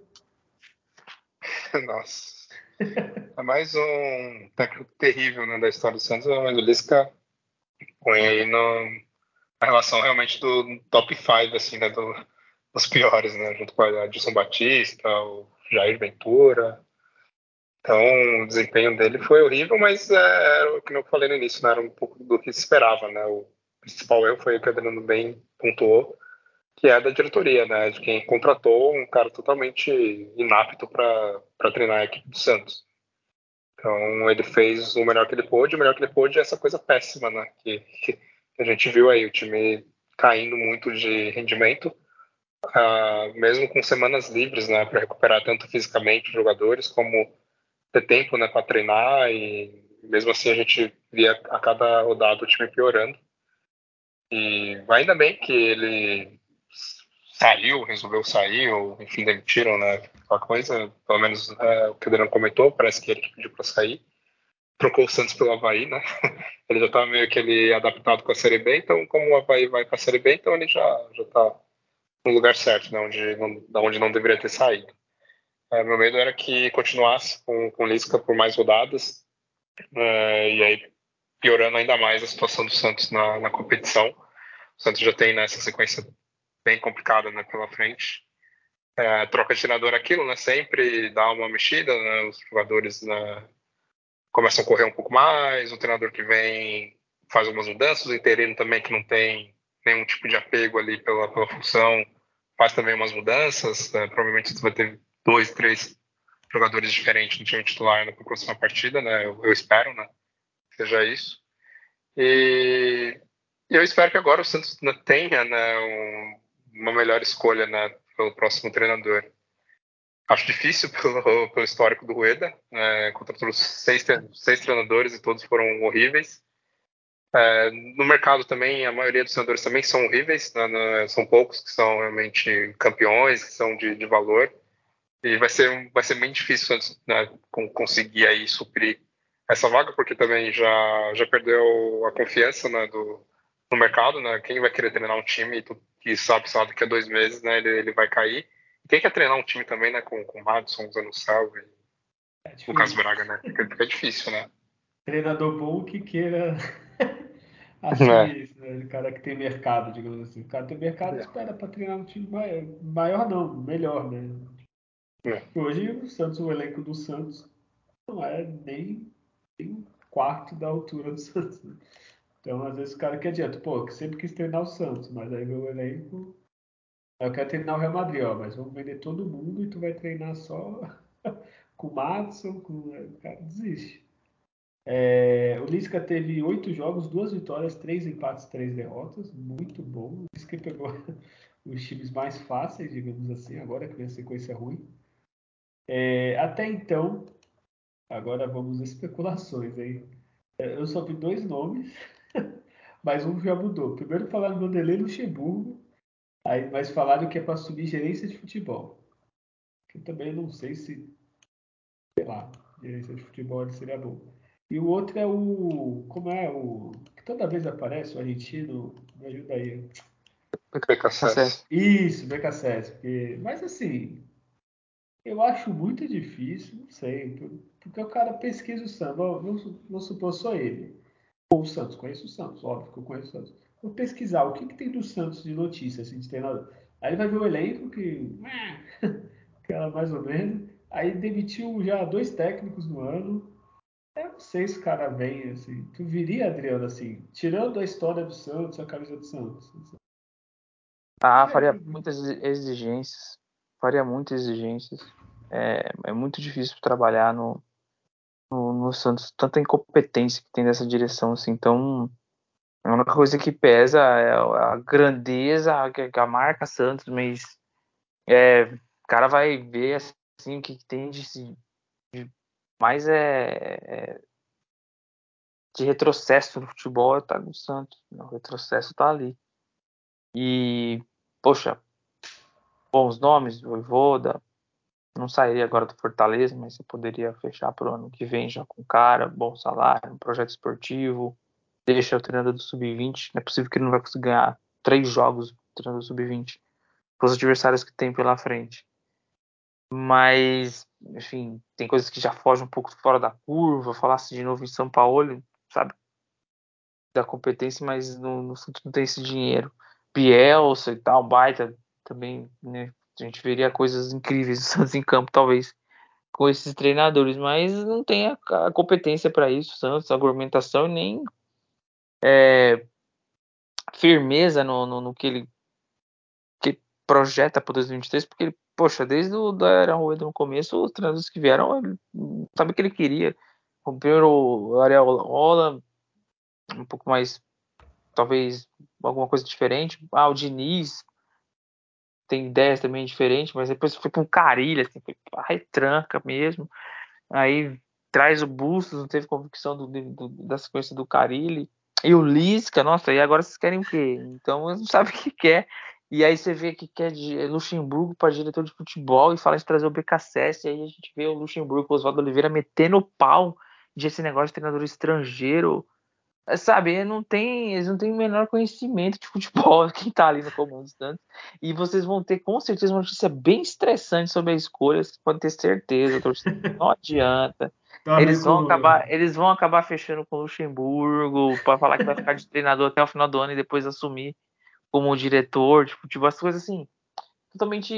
Nossa. É mais um técnico terrível, né, da história do Santos, mas o Lisca põe aí no, a relação realmente do top cinco, assim, né, do, dos piores, né, junto com a Adilson Batista, o Jair Ventura. Então, o desempenho dele foi horrível, mas é, era o que eu falei no início, né? Era um pouco do que se esperava, né? O principal erro foi o que o Adriano bem pontuou, que é da diretoria, né? De quem contratou um cara totalmente inapto para treinar a equipe do Santos. Então, ele fez o melhor que ele pôde, o melhor que ele pôde é essa coisa péssima, né? Que, que a gente viu aí, o time caindo muito de rendimento, uh, mesmo com semanas livres, né? Para recuperar tanto fisicamente os jogadores, como ter tempo, né, para treinar, e mesmo assim a gente via a cada rodada o time piorando. E ainda bem que ele saiu, resolveu sair, ou enfim, demitiram, né? Aquela coisa, pelo menos é, o que o Adriano comentou, parece que ele pediu para sair. Trocou o Santos pelo Avaí, né? Ele já estava meio que ele adaptado com a Série B, então como o Avaí vai para a Série B, então ele já já está no lugar certo, né? Onde não, da onde não deveria ter saído. É, meu medo era que continuasse com, com o Lisca por mais rodadas, é, e aí piorando ainda mais a situação do Santos na, na competição. O Santos já tem nessa sequência bem complicada, né, pela frente. É, troca de treinador é aquilo, né? Sempre dá uma mexida, né? Os jogadores, né, começam a correr um pouco mais, o treinador que vem faz algumas mudanças, o interino também que não tem nenhum tipo de apego ali pela, pela função faz também umas mudanças, né? Provavelmente você vai ter dois, três jogadores diferentes no time titular na próxima partida, né? Eu, eu espero, né? Que seja isso. E eu espero que agora o Santos tenha, né, um, uma melhor escolha, né, pelo próximo treinador. Acho difícil pelo, pelo histórico do Rueda, né, contratou seis, seis treinadores e todos foram horríveis. É, no mercado também, a maioria dos treinadores também são horríveis, né, né, são poucos que são realmente campeões, que são de, de valor. E vai ser, vai ser bem difícil, né, conseguir aí suprir essa vaga, porque também já, já perdeu a confiança, né, do, no mercado, né? Quem vai querer treinar um time que sabe, sabe que há dois meses, né, ele, ele vai cair. E quem quer treinar um time também, né, com o Madison, Zanussel e É Lucas difícil. Braga, né? Fica, fica difícil, né? Treinador bom que queira É. assumir isso, né? O cara que tem mercado, digamos assim. O cara tem mercado espera para treinar um time maior, maior não, melhor, né? É. Hoje o Santos, o elenco do Santos não é nem, nem um quarto da altura do Santos, né? Então, às vezes o cara que adianta, pô, que sempre quis treinar o Santos, mas aí meu elenco. Eu quero treinar o Real Madrid, ó, mas vamos vender todo mundo e tu vai treinar só com o Madison, com. O cara desiste. É, o Lisca teve oito jogos, duas vitórias, três empates, três derrotas. Muito bom. O Lisca pegou os times mais fáceis, digamos assim, agora que vem a sequência ruim. É, até então, agora vamos às especulações aí. É, eu só vi dois nomes, mas um já mudou. Primeiro falaram do Vanderlei Luxemburgo, aí, mas falaram que é para assumir gerência de futebol. Que eu também não sei se, sei lá, gerência de futebol ele seria bom. E o outro é o. Como é o. Que toda vez aparece o argentino. Me ajuda aí. Tá certo. B K S S. Isso, B K S S. Porque, mas assim, eu acho muito difícil, não sei. Porque o cara pesquisa o Santos. Vamos, vamos supor, sou ele. Ou o Santos, conheço o Santos, óbvio que eu conheço o Santos. Vou pesquisar o que, que tem do Santos de notícia, assim, de treinador. Aí ele vai ver o elenco que. que era mais ou menos. Aí demitiu já dois técnicos no ano. Eu não sei se o cara vem assim. Tu viria, Adriano, assim, tirando a história do Santos, a camisa do Santos. Ah, Viria faria tranquilo. muitas exigências. Faria muitas exigências. É, é muito difícil trabalhar no, no, no Santos, tanta incompetência que tem nessa direção, assim. Então, a única coisa que pesa é a grandeza, a, a marca Santos, mas é, o cara vai ver assim, o que tem de, de mais é, é de retrocesso no futebol tá no Santos. O retrocesso tá ali. E, poxa, bons nomes, Vojvoda, não sairia agora do Fortaleza, mas você poderia fechar para o ano que vem já com cara, bom salário, um projeto esportivo, deixa o treinador do sub vinte, não é possível que ele não vai conseguir ganhar três jogos do treinador do sub vinte para os adversários que tem pela frente. Mas, enfim, tem coisas que já fogem um pouco fora da curva, falasse de novo em São Paulo, sabe, da competência, mas no, no Santos não tem esse dinheiro. Bielsa e tal, baita também, né? A gente veria coisas incríveis do Santos em campo, talvez, com esses treinadores, mas não tem a, a competência para isso, Santos, argumentação e nem é, firmeza no, no, no que ele que projeta para dois mil e vinte e três, porque ele, poxa, desde o da era Rueda no começo, os treinadores que vieram, ele sabe o que ele queria. O primeiro, o Ariel Rola, um pouco mais, talvez, alguma coisa diferente. Ah, o Diniz tem ideias também diferentes, mas depois foi com o Carille, assim, foi a retranca mesmo. Aí traz o Bustos, não teve convicção do, do, da sequência do Carille. E o Lisca, nossa, e agora vocês querem o quê? Então eles não sabem o que quer. E aí você vê que quer de Luxemburgo para diretor de futebol e fala de trazer o B K S S, e aí a gente vê o Luxemburgo, o Oswaldo Oliveira metendo o pau de esse negócio de treinador estrangeiro. É, sabe, não tem, eles não têm o menor conhecimento de futebol, quem tá ali no comando do Santos. E vocês vão ter com certeza uma notícia bem estressante sobre a escolha, vocês podem ter certeza, torcida. Não adianta. Tá bem Eles vão com. acabar, eles vão acabar fechando com o Luxemburgo para falar que vai ficar de treinador até o final do ano e depois assumir como diretor de futebol, as coisas assim, totalmente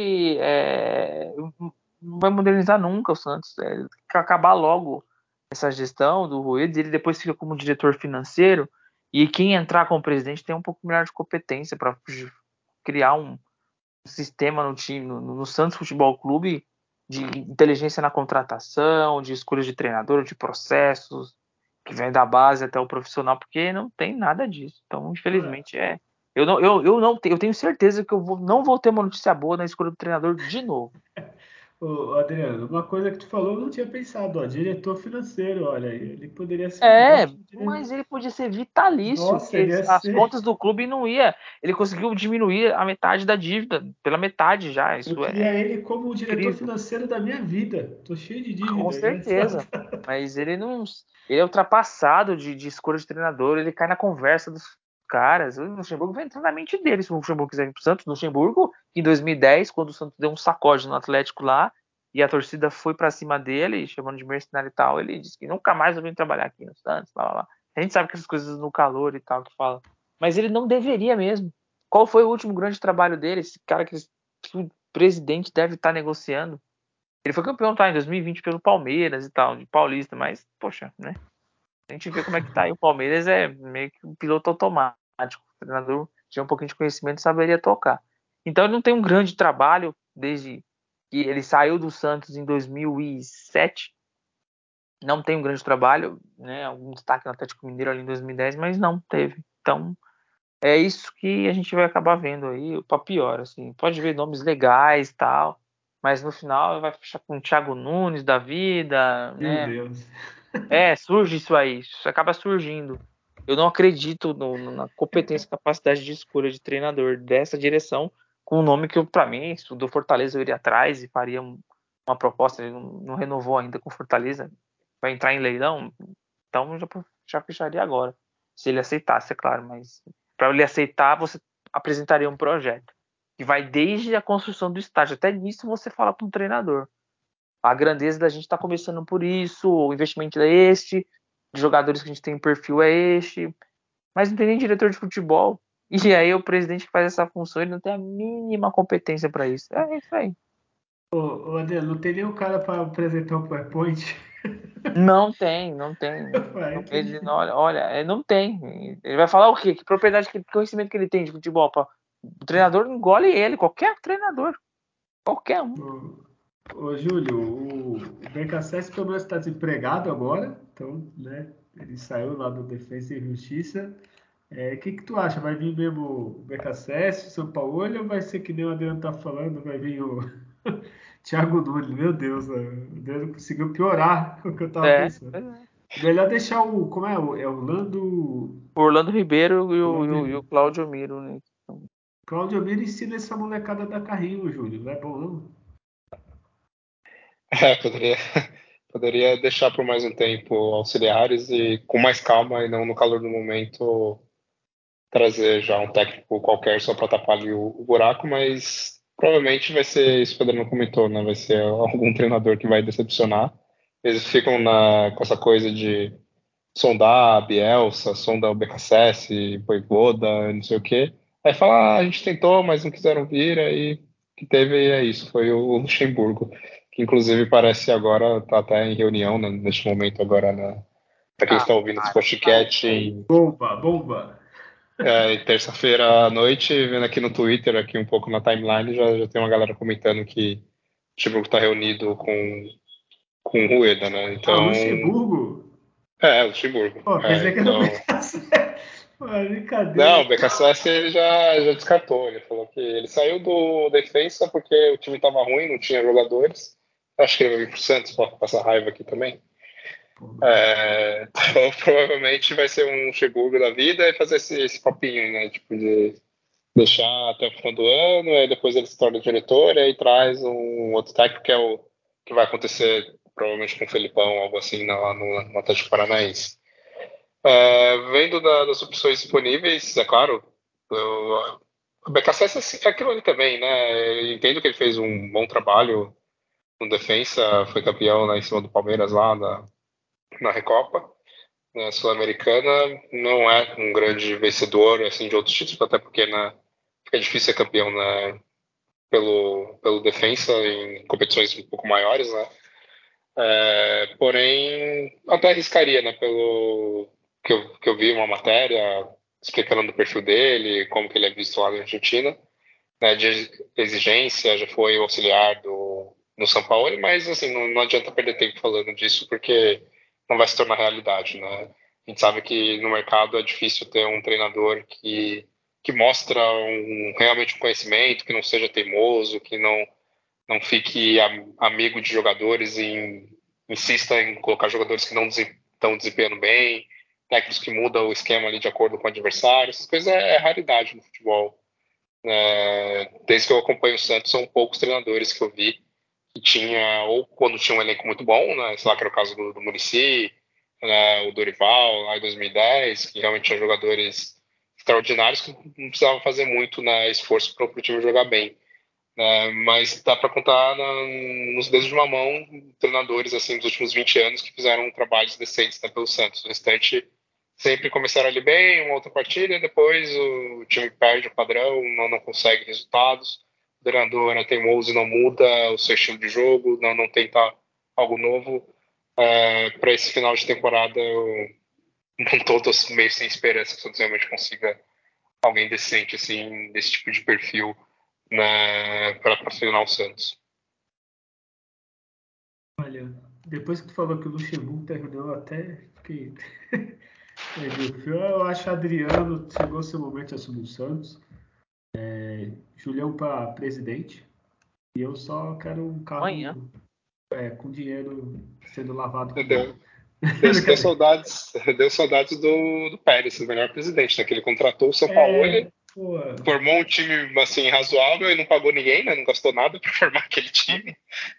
é, não vai modernizar nunca o Santos. É, acabar logo essa gestão do Ruedas, ele depois fica como diretor financeiro, e quem entrar como presidente tem um pouco melhor de competência para criar um sistema no time, no, no Santos Futebol Clube, de inteligência na contratação, de escolha de treinador, de processos, que vem da base até o profissional, porque não tem nada disso. Então, infelizmente, é. Eu não, eu, eu não eu tenho certeza que eu vou, não vou ter uma notícia boa na escolha do treinador de novo. Ô, Adriano, uma coisa que tu falou, eu não tinha pensado, ó, diretor financeiro, olha, ele poderia ser um É, ótimo diretor. mas ele podia ser vitalício, Nossa, porque ele ia as ser. contas do clube não ia. Ele conseguiu diminuir a metade da dívida, pela metade já. Eu Isso queria é ele como o diretor incrível, financeiro da minha vida. Tô cheio de com dívida. Ele é só... certeza. Mas ele não. Ele é ultrapassado de, de escolha de treinador, ele cai na conversa dos caras. O Luxemburgo vai entrar na mente dele. Se o Luxemburgo quiser ir pro Santos, o Luxemburgo, em dois mil e dez, quando o Santos deu um sacode no Atlético lá, e a torcida foi pra cima dele, chamando de mercenário e tal, ele disse que nunca mais eu vim trabalhar aqui no Santos, blá, blá, blá. A gente sabe que essas coisas no calor e tal que fala. Mas ele não deveria mesmo. Qual foi o último grande trabalho dele? Esse cara que, que o presidente deve estar negociando. Ele foi campeão, tá, em dois mil e vinte pelo Palmeiras e tal, de Paulista, mas, poxa, né? A gente vê como é que tá aí. O Palmeiras é meio que um piloto automático. O treinador tinha um pouquinho de conhecimento e saberia tocar. Então ele não tem um grande trabalho desde que ele saiu do Santos em dois mil e sete. Não tem um grande trabalho, né? Algum destaque no Atlético Mineiro ali em dois mil e dez, mas não teve. Então é isso que a gente vai acabar vendo aí, para pior, assim. Pode ver nomes legais e tal, mas no final vai fechar com o Thiago Nunes da vida, Meu né? Deus. É, surge isso aí, isso acaba surgindo. Eu não acredito no, no, na competência e capacidade de escolha de treinador dessa direção, com um nome que, para mim, se o do Fortaleza eu iria atrás e faria um, uma proposta. Ele não, não renovou ainda com o Fortaleza, vai entrar em leilão, então eu já, já fecharia agora. Se ele aceitasse, é claro, mas para ele aceitar, você apresentaria um projeto que vai desde a construção do estádio, até nisso você fala com o treinador. A grandeza da gente está começando por isso, o investimento é este, de jogadores que a gente tem perfil é este, mas não tem nem diretor de futebol. E aí o presidente que faz essa função, ele não tem a mínima competência para isso. É isso aí. Ô, ô, Adriano, não tem nenhum cara para apresentar um PowerPoint? Não tem, não tem. Vai, que Ele, difícil. olha, olha, é, não tem. Ele vai falar o quê? Que propriedade, que conhecimento que ele tem de futebol? Pô? O treinador engole ele, qualquer treinador, qualquer um. Ô, ô, Júlio, o, o B K S S pelo menos está desempregado agora, então, né, ele saiu lá do Defesa e Justiça. É, o que, que tu acha? Vai vir mesmo o B K S S, o São Paulo, ou vai ser que nem o Adriano tá falando, vai vir o Thiago Nunes? Meu Deus, o Adriano conseguiu piorar o que eu tava É, pensando. é. Melhor deixar o, como é, o, é o Lando, O Orlando Ribeiro e o, e o, e Orlando o Cláudio Miro, né? Claudio Miro ensina essa molecada da carrinho, Júlio, não é bom não? É, poderia, poderia deixar por mais um tempo auxiliares e com mais calma e não no calor do momento trazer já um técnico qualquer só para tapar ali o, o buraco, mas provavelmente vai ser isso que o Adriano comentou, né? Vai ser algum treinador que vai decepcionar. Eles ficam na, com essa coisa de sondar a Bielsa, sondar o B K S S, Voivoda, não sei o quê. Aí fala, ah, a gente tentou, mas não quiseram vir, aí o que teve é isso, foi o Luxemburgo, que inclusive parece agora, tá até em reunião, né, neste momento agora, né, para quem Ah, está ouvindo esse podcast em, Bomba, bomba. é, em terça-feira à noite, vendo aqui no Twitter, aqui um pouco na timeline, já, já tem uma galera comentando que o Luxemburgo está reunido com, com o Rueda, né? Ah, Então, Luxemburgo? é, o Luxemburgo. Pô, É, pensei que era o então, B K C. Pô, brincadeira. não, o B K S S ele já, já descartou. Ele falou que ele saiu do defensa porque o time estava ruim, não tinha jogadores. Acho que ele vai vir pro Santos, para passar raiva aqui também. Pô, É, então, provavelmente vai ser um Luxemburgo da vida e fazer esse, esse papinho, né? Tipo, de deixar até o final do ano, aí depois ele se torna diretor, e aí traz um outro técnico, que é o que vai acontecer provavelmente com o Felipão, algo assim, lá no, no Atlético Paranaense. É, vendo da, das opções disponíveis, é claro, eu, o B K C S é aquilo ali também, né? Eu entendo que ele fez um bom trabalho no defensa, foi campeão lá em cima do Palmeiras lá na, na Recopa, né, Sul-Americana, não é um grande vencedor assim de outros títulos, até porque né, fica difícil ser campeão né, pelo, pelo defensa em competições um pouco maiores, né? É, porém, até arriscaria, né? Pelo que eu, que eu vi uma matéria explicando do perfil dele, como que ele é visto lá na Argentina, né? De exigência, já foi o auxiliar do, do São Paulo, mas assim, não, não adianta perder tempo falando disso, porque não vai se tornar realidade, né? A gente sabe que no mercado é difícil ter um treinador que, que mostra um, realmente um conhecimento, que não seja teimoso, que não não fique am, amigo de jogadores e insista em colocar jogadores que não estão desempenhando bem, técnicos que mudam o esquema ali de acordo com o adversário. Essas coisas é, é raridade no futebol. É, desde que eu acompanho o Santos, são poucos treinadores que eu vi que tinha, ou quando tinha um elenco muito bom, né, sei lá, que era o caso do, do Muricy, né, o Dorival, lá em dois mil e dez, que realmente tinha jogadores extraordinários que não precisavam fazer muito né, esforço para o time jogar bem. É, mas dá para contar na, nos dedos de uma mão treinadores assim dos últimos vinte anos que fizeram trabalhos decentes né, pelo Santos. O restante sempre começaram ali bem, uma outra partida, e depois o time perde o padrão, não, não consegue resultados. O treinador é teimoso e não muda o seu estilo de jogo, não, não tenta algo novo. É, para esse final de temporada, eu não estou meio sem esperança que o Santos realmente consiga alguém decente assim desse tipo de perfil para patrocinar o Santos. olha, depois que tu falou que o Luxemburgo terminou, eu até fiquei. Perdi o fio. Eu acho Adriano chegou seu momento de assumir o Santos. É, Julião para presidente. E eu só quero um amanhã. cargo é, com dinheiro sendo lavado com Deu, ele. deu, deu saudades, deu saudades do, do Pérez, o melhor presidente, né? Que ele contratou o São Paulo, É, pô, formou um time assim razoável e não pagou ninguém, né? Não gastou nada para formar aquele time.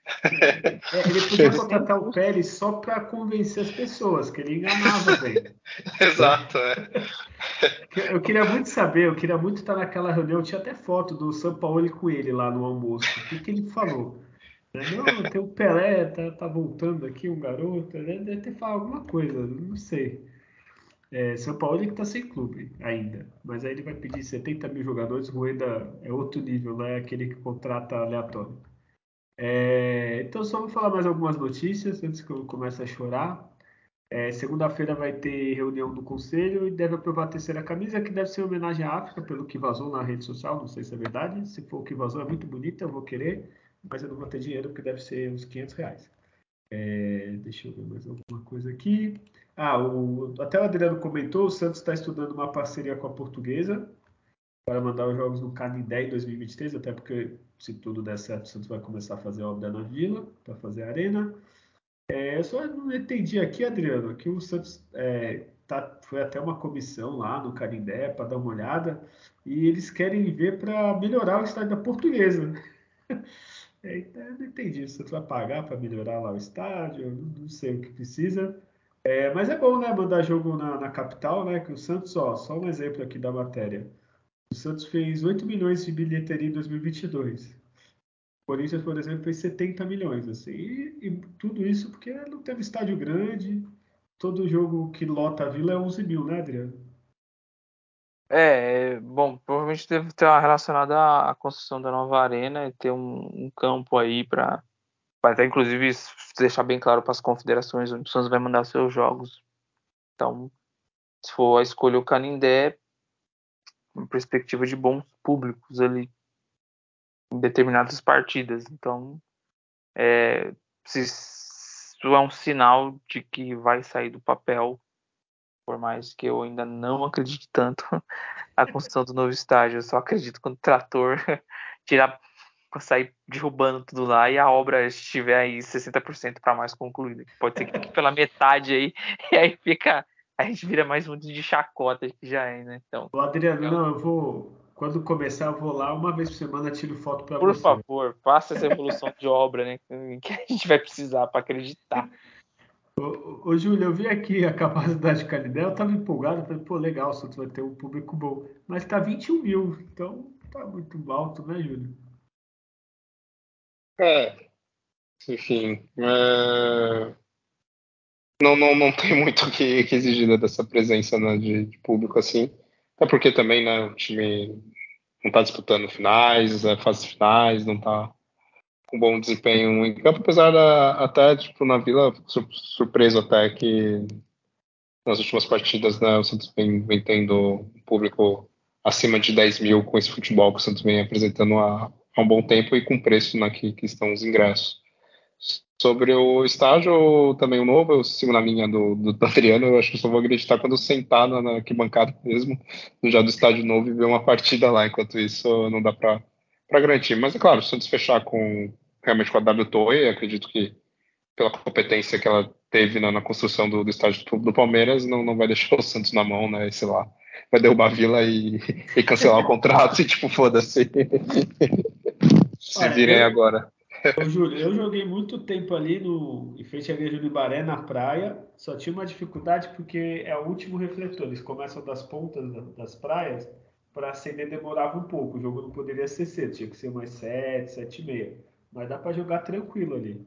é, ele podia contratar o Pérez só para convencer as pessoas, que ele enganava bem. Exato, é. Eu queria muito saber, eu queria muito estar naquela reunião, tinha até foto do Sampaoli com ele lá no almoço. O que, que ele falou? Né, não, tem o Pelé, tá, tá voltando aqui, um garoto. Ele deve ter falado alguma coisa, não sei. É, São Paulo que tá sem clube ainda. Mas aí ele vai pedir setenta mil jogadores, o Rueda é outro nível, né? Aquele que contrata aleatório. É, então só vou falar mais algumas notícias antes que eu comece a chorar. É, segunda-feira vai ter reunião do conselho e deve aprovar a terceira camisa, que deve ser em homenagem à África, pelo que vazou na rede social. Não sei se é verdade. Se for o que vazou, é muito bonita, eu vou querer, mas eu não vou ter dinheiro, porque deve ser uns quinhentos reais. É, deixa eu ver mais alguma coisa aqui. Ah, o, até o Adriano comentou: o Santos está estudando uma parceria com a Portuguesa para mandar os jogos no Canindé em dois mil e vinte e três, até porque, se tudo der certo, o Santos vai começar a fazer obra na Vila, para fazer a arena. É, eu só não entendi aqui, Adriano, que o Santos é, tá, foi até uma comissão lá no Canindé para dar uma olhada e eles querem ver para melhorar o estádio da Portuguesa. É, então, eu não entendi. O Santos vai pagar para melhorar lá o estádio, eu não, não sei o que precisa. É, mas é bom, né, mandar jogo na, na capital, né? Que o Santos, ó, só um exemplo aqui da matéria. O Santos fez oito milhões de bilheteria em dois mil e vinte e dois. O Corinthians, por exemplo, fez setenta milhões, assim. E, e tudo isso porque não teve estádio grande. Todo jogo que lota a Vila é onze mil, né, Adriano? É, é, bom, provavelmente deve ter uma relacionada à à construção da nova arena e ter um, um campo aí para Vai até, inclusive, deixar bem claro para as confederações onde o Santos vai mandar seus jogos. Então, se for a escolha o Canindé, uma perspectiva de bons públicos ali em determinadas partidas. Então, é, se isso é um sinal de que vai sair do papel, por mais que eu ainda não acredite tanto na construção do novo estádio. Eu só acredito quando o trator tirar, sair derrubando tudo lá e a obra estiver aí sessenta por cento para mais concluída. Pode ser que fique pela metade aí, e aí fica, a gente vira mais um de chacota que já é, né? Então, O Adriano, eu, não, eu vou. Quando começar, eu vou lá uma vez por semana, tiro foto para por você. favor, faça essa evolução de obra, né? Que a gente vai precisar para acreditar. Ô, ô, Júlio, eu vi aqui a capacidade de Canindé, eu tava empolgado, falei, pô, legal, o Santos vai ter um público bom. Mas tá vinte e um mil, então tá muito alto, né, Júlio? É, enfim. é, Não, não, não tem muito o que, que exigir né, dessa presença né, de, de público assim. Até porque também né, o time não está disputando finais, é, fases finais, não está com bom desempenho em campo, apesar da, até tipo, na Vila, sur- surpreso até que nas últimas partidas né, o Santos vem, vem tendo um público acima de dez mil com esse futebol que o Santos vem apresentando há, há um bom tempo e com preço né, que, que estão os ingressos. Sobre o estágio, também o novo, eu sigo na linha do, do Adriano, eu acho que eu só vou acreditar quando eu sentar na, na arquibancada mesmo, já do estádio novo e ver uma partida lá, enquanto isso não dá para garantir. Mas é claro, se Santos fechar com realmente com a W Torre, acredito que pela competência que ela teve na, na construção do, do estádio do, do Palmeiras, não, não vai deixar o Santos na mão, né, sei lá, vai derrubar a Vila e, e cancelar o contrato e tipo, foda-se, se Olha, virem eu, agora. ô, Júlio, eu joguei muito tempo ali no, em frente à igreja do Ibaré, na praia. Só tinha uma dificuldade porque é o último refletor. Eles começam das pontas da- das praias, para acender demorava um pouco. O jogo não poderia ser cedo, tinha que ser umas sete, sete e meia. Mas dá para jogar tranquilo ali.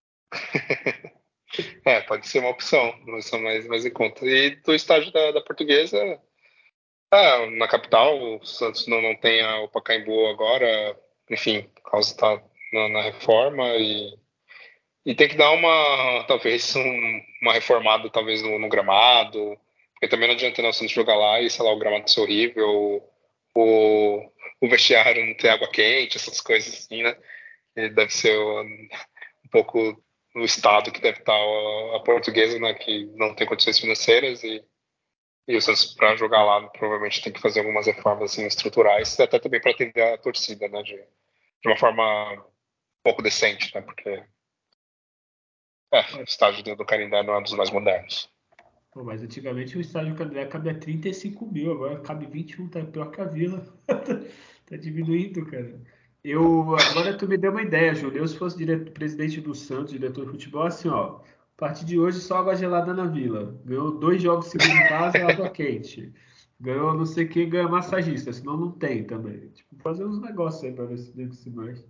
É, pode ser uma opção, uma opção mais, mais em conta. E do estádio da, da Portuguesa, é, na capital, o Santos não, não tem a, o Pacaembu agora, enfim, por causa tá na, na reforma e, e tem que dar uma, talvez, um, uma reformada, talvez, no, no gramado, porque também não adianta né, o Santos jogar lá e, sei lá, o gramado ser horrível, o, o vestiário não ter água quente, essas coisas assim, né? E deve ser um, um pouco no estado que deve estar a, a Portuguesa, né, que não tem condições financeiras e, e o Santos para jogar lá provavelmente tem que fazer algumas reformas assim, estruturais, até também para atender a torcida, né, de, de uma forma um pouco decente, né, porque é, o estádio do, do Canindé não é um dos mais modernos. Pô, mas antigamente o estádio Canindé cabia trinta e cinco mil, agora cabe vinte e um, tá pior que a Vila. Tá diminuindo, cara. Eu, agora tu me deu uma ideia, Júlio. Eu, se fosse diretor, presidente do Santos, diretor de futebol, assim, ó. A partir de hoje, só água gelada na Vila. Ganhou dois jogos seguidos em casa, água quente. Ganhou não sei quem, ganha massagista, senão não tem também. Tipo, fazer uns negócios aí pra ver se nego se mexe.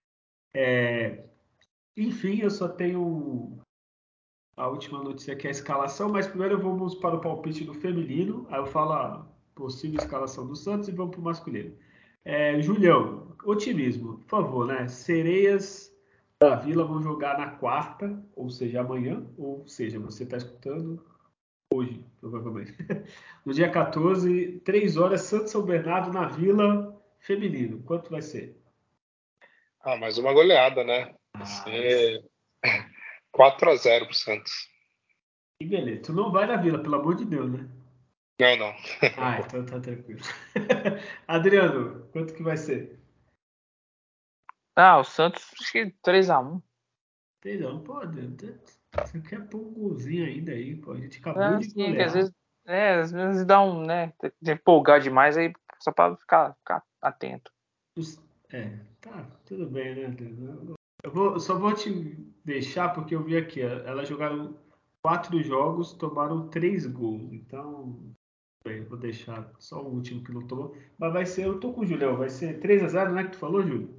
Enfim, eu só tenho a última notícia que é a escalação, mas primeiro vamos para o palpite do feminino. Aí eu falo a possível escalação do Santos e vamos para o masculino. É, Julião, otimismo, por favor, né? Sereias da Vila vão jogar na quarta, ou seja, amanhã, ou seja, você está escutando hoje, provavelmente. No dia quatorze, três horas, Santos São Bernardo na Vila feminino. Quanto vai ser? Ah, mais uma goleada, né? Vai Ah, isso. ser quatro a zero pro Santos. Que beleza. Tu não vai na Vila, pelo amor de Deus, né? Não, não. Ah, então tá tranquilo. Adriano, quanto que vai ser? Ah, o Santos, acho que três a um. Não, pô, Adriano, você quer pôr um golzinho ainda aí, pô. A gente É acabou de assim, é que às golear. vezes, é, às vezes dá um, né? De empolgar demais aí, só pra ficar, ficar atento. Os- É, tá, tudo bem, né, Adriano? Eu vou, eu só vou te deixar porque eu vi aqui, ó, elas jogaram quatro jogos, tomaram três gols. Então, bem, vou deixar só o último que não tomou. Mas vai ser, eu tô com o Julião, vai ser três a zero, né, que tu falou, Júlio?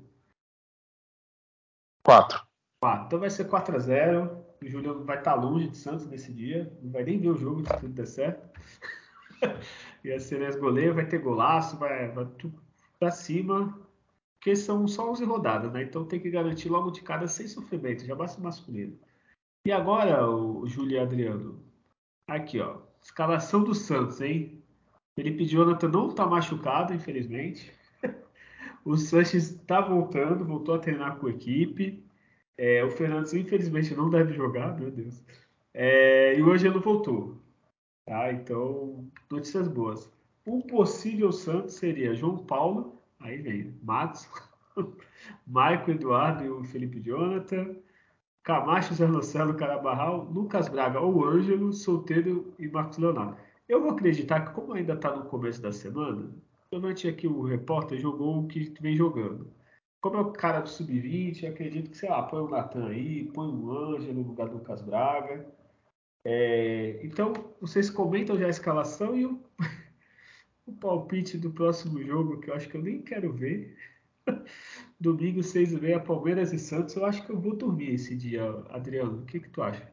Quatro. quatro. Então vai ser quatro a zero. O Júlio vai estar longe de Santos nesse dia. Não vai nem ver o jogo se tudo der certo. E a Ceres goleiro vai ter golaço, vai, vai tudo pra cima. porque são só onze rodadas, né? Então tem que garantir logo de cada sem sofrimento, já basta o masculino. E agora, o Júlio e Adriano, aqui, ó, escalação do Santos, hein? Felipe Jonathan não está machucado, infelizmente. O Sanches está voltando, voltou a treinar com a equipe. É, o Fernandes, infelizmente, não deve jogar, meu Deus. É, e o Ângelo voltou. Tá? Então, notícias boas. Um possível Santos seria João Paulo, aí vem Matos, Maico Eduardo e o Felipe Jonathan, Camacho, Zé Marcelo, Carabarral, Lucas Braga ou Ângelo, Solteiro e Marcos Leonardo. Eu vou acreditar que, como ainda está no começo da semana, provavelmente aqui o repórter jogou o que vem jogando. Como é o cara do sub vinte, eu acredito que, sei lá, põe o Natan aí, põe o Ângelo no lugar do Lucas Braga. É, então, vocês comentam já a escalação e o, o palpite do próximo jogo, que eu acho que eu nem quero ver. Domingo, seis e meia, Palmeiras e Santos. Eu acho que eu vou dormir esse dia, Adriano. O que que tu acha?